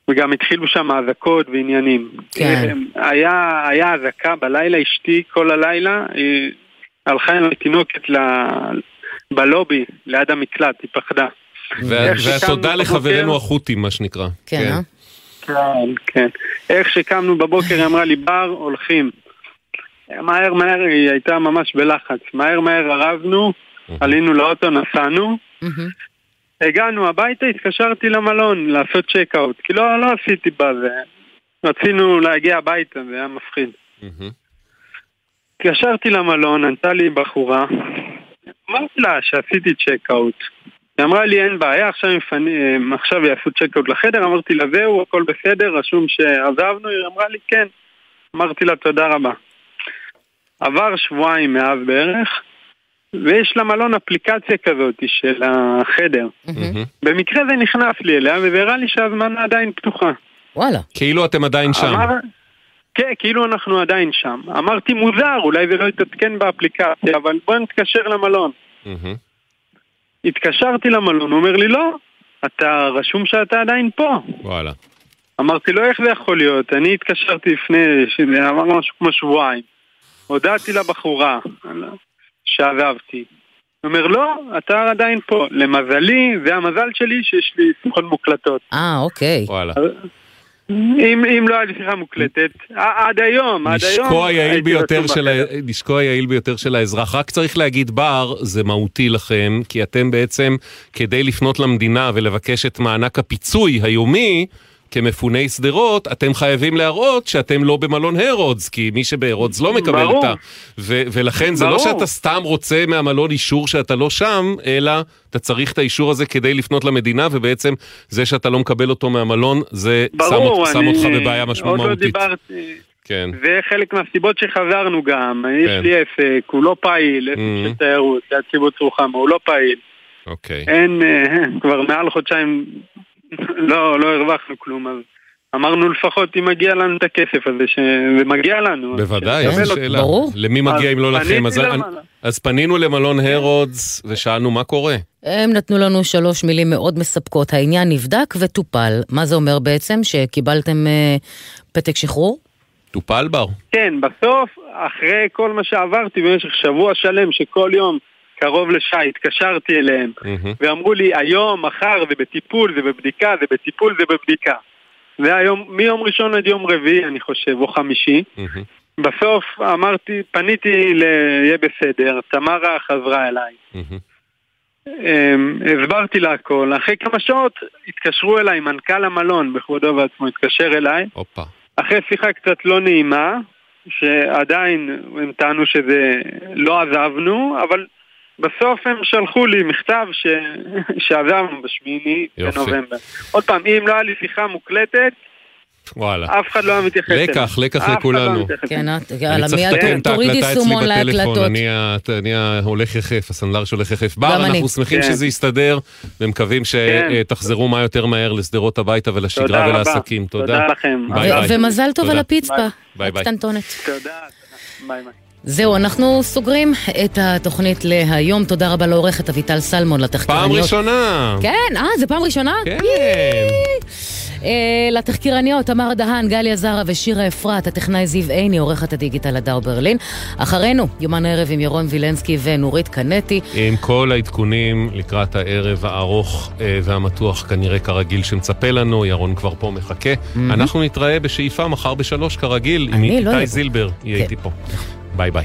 וגם התחילו שם האזעקות ועניינים. כן. היה, היה האזעקה בלילה, אשתי כל הלילה, היא הלכה עם התינוקת ל... בלובי, ליד המקלט, היא פחדה. והתודה לחברנו החות'ים, מה שנקרא. כן, כן, כן. איך שקמנו בבוקר, היא אמרה לי, בר, הולכים. מהר מהר, היא הייתה ממש בלחץ. מהר מהר הרבנו, עלינו לאוטו, נסענו. הגענו הביתה, התקשרתי למלון לעשות צ'ק-אוט, כי לא, לא עשיתי בזה. רצינו להגיע הביתה, זה היה מפחיד. התקשרתי למלון, ענתה לי בחורה, אמרתי לה שעשיתי צ'ק-אוט. היא אמרה לי אין בעיה, עכשיו, עכשיו יעשו צ'ק-אוט לחדר, אמרתי לה זהו, הכל בסדר, רשום שעזבנו, היא אמרה לי כן. אמרתי לה תודה רבה. עבר שבועיים מאז בערך, ויש למלון אפליקציה כזאת של החדר. במקרה זה נכנס לי אליה, והראה לי שהזמנה עדיין פתוחה. וואלה. כאילו אתם עדיין שם. אמר, כן, כאילו אנחנו עדיין שם. אמרתי מוזר, אולי זה לא יתעדכן באפליקציה, אבל בוא נתקשר למלון. התקשרתי למלון, הוא אומר לי לא, אתה רשום שאתה עדיין פה. וואלה. אמרתי לו איך זה יכול להיות, אני התקשרתי לפני, אמר משהו כמו שבועיים. הודעתי לבחורה שעזבתי. הוא אומר לא, אתה עדיין פה. למזלי, זה המזל שלי שיש לי שיחות מוקלטות. אה, אוקיי. וואלה. אם, אם לא היה לי שיחה מוקלטת, עד היום, עד היום. נשקו היעיל ביותר של האזרח. רק צריך להגיד בר, זה מהותי לכם, כי אתם בעצם, כדי לפנות למדינה ולבקש את מענק הפיצוי היומי, כמפוני סדרות, אתם חייבים להראות שאתם לא במלון הרודס, כי מי שבהרודס לא מקבל ברור. אותה. ו- ולכן זה ברור. לא שאתה סתם רוצה מהמלון אישור שאתה לא שם, אלא אתה צריך את האישור הזה כדי לפנות למדינה, ובעצם זה שאתה לא מקבל אותו מהמלון, זה ברור, שם, אני... שם אותך בבעיה משמעות עוד מהותית. לא דיברתי. כן. זה חלק מהסיבות שחזרנו גם. כן. יש לי עסק, הוא לא פעיל, עסק Mm-hmm. של תיירות, זה הציבות רוחמה, הוא לא פעיל. אוקיי. אין, אה, כבר מעל חודשיים לא, לא הרווחנו כלום, אז אמרנו לפחות אם מגיע לנו את הכסף הזה, שזה מגיע לנו. בוודאי, יש שאלה. למי מגיע אם לא לכם? אז, אז פנינו למלון הרודס ושאלנו מה קורה. הם נתנו לנו שלוש מילים מאוד מספקות. העניין נבדק וטופל. מה זה אומר בעצם? שקיבלתם אה, פתק שחרור? טופל בר? כן, בסוף, אחרי כל מה שעברתי במשך שבוע שלם, שכל יום קרוב לשעה, התקשרתי אליהם, mm-hmm. ואמרו לי, היום, מחר, זה בטיפול, זה בבדיקה, זה בטיפול, זה בבדיקה. והיום, מיום ראשון עד יום רביעי, אני חושב, או חמישי, mm-hmm. בסוף אמרתי, פניתי ליהיה בסדר, תמרה חזרה אליי. Mm-hmm. הסברתי לה הכל, אחרי כמה שעות התקשרו אליי, מנכ"ל המלון, בכבודו ועצמו, התקשר אליי, Opa. אחרי שיחה קצת לא נעימה, שעדיין הם טענו שזה לא עזבנו, אבל בסוף הם שלחו לי מכתב ש... שעזבנו בשמיני בנובמבר. עוד פעם, אם לא היה לי שיחה מוקלטת, וואלה. אף אחד לא היה מתייחס. לקח, לקח לכולנו. כן, על המייד תורידי סומון להקלטות. אני הולך יחף, הסנדלר שהולך יחף. בר, אנחנו שמחים שזה יסתדר, ומקווים שתחזרו מה יותר מהר לסדרות הביתה ולשגרה ולעסקים. תודה. תודה לכם. ומזל טוב על הפיצפה. ביי ביי. קטנטונת. תודה. ביי ביי. זהו, אנחנו סוגרים את התוכנית להיום. תודה רבה לעורכת אביטל סלמון, לתחקירניות. פעם ראשונה. כן, אה, זה פעם ראשונה? כן. לתחקירניות, תמר דהן, גליה זרה ושירה אפרת, הטכנאי זיו עיני, עורכת הדיגיטל הדר ברלין. אחרינו, יומן הערב עם ירון וילנסקי ונורית קנטי. עם כל העדכונים לקראת הערב הארוך והמתוח, כנראה כרגיל שמצפה לנו, ירון כבר פה מחכה. אנחנו נתראה בשאיפה מחר בשלוש כרגיל, עם איתי זילבר, יהיה איתי פה. ביי ביי.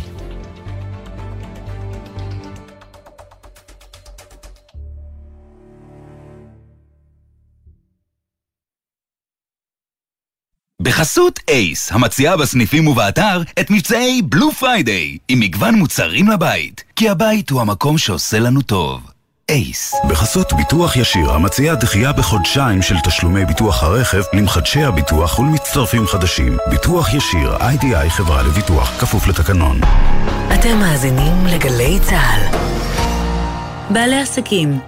בחסות אייס, המציעה בסניפים ובאתר את מבצעי בלו פריידיי, עם מגוון מוצרים לבית, כי הבית הוא המקום שעושה לנו טוב. אייס. בחסות ביטוח ישיר, המציעה דחייה בחודשיים של תשלומי ביטוח הרכב למחדשי הביטוח ולמצטרפים חדשים. ביטוח ישיר, איי די איי חברה לביטוח, כפוף לתקנון. אתם מאזינים לגלי צהל. בעלי עסקים,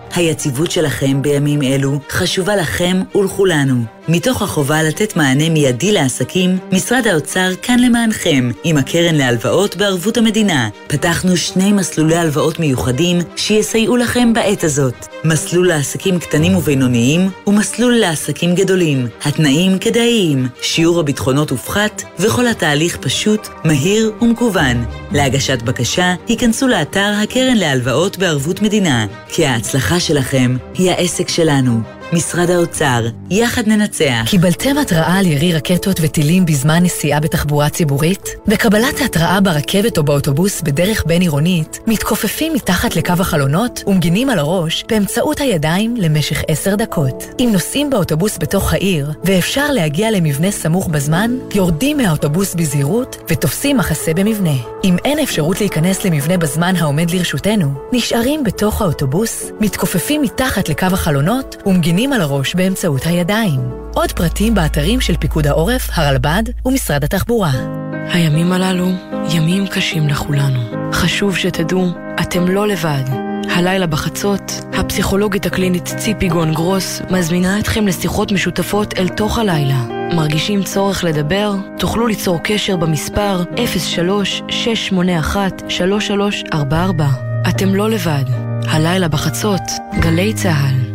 היציבות שלכם בימים אלו חשובה לכם ולכולנו. מתוך החובה לתת מענה מיידי לעסקים, משרד האוצר כאן למענכם, עם הקרן להלוואות בערבות המדינה. פתחנו שני מסלולי הלוואות מיוחדים שיסייעו לכם בעת הזאת. מסלול לעסקים קטנים ובינוניים ומסלול לעסקים גדולים. התנאים כדאיים, שיעור הביטחונות הופחת וכל התהליך פשוט, מהיר ומקוון. להגשת בקשה, היכנסו לאתר הקרן להלוואות בערבות מדינה, כי ההצלחה שלכם היא העסק שלנו. משרד האוצר, יחד ננצח. קיבלתם התראה על ירי רקטות וטילים בזמן נסיעה בתחבורה ציבורית? בקבלת ההתראה ברכבת או באוטובוס בדרך בין עירונית, מתכופפים מתחת לקו החלונות ומגינים על הראש באמצעות הידיים למשך עשר דקות. אם נוסעים באוטובוס בתוך העיר ואפשר להגיע למבנה סמוך בזמן, יורדים מהאוטובוס בזהירות ותופסים מחסה במבנה. אם אין אפשרות להיכנס למבנה בזמן העומד לרשותנו, נשארים בתוך האוטובוס, מתכופפים מתחת לקו החלונות ומגינים על הראש באמצעות הידיים. עוד פרטים באתרים של פיקוד העורף, הרלב"ד ומשרד התחבורה. הימים הללו ימים קשים לכולנו. חשוב שתדעו, אתם לא לבד. הלילה בחצות, הפסיכולוגית הקלינית ציפי גון גרוס מזמינה אתכם לשיחות משותפות אל תוך הלילה. מרגישים צורך לדבר? תוכלו ליצור קשר במספר אפס שלוש שש שמונה אחת שלוש שלוש ארבע ארבע. אתם לא לבד. הלילה בחצות, גלי צהל.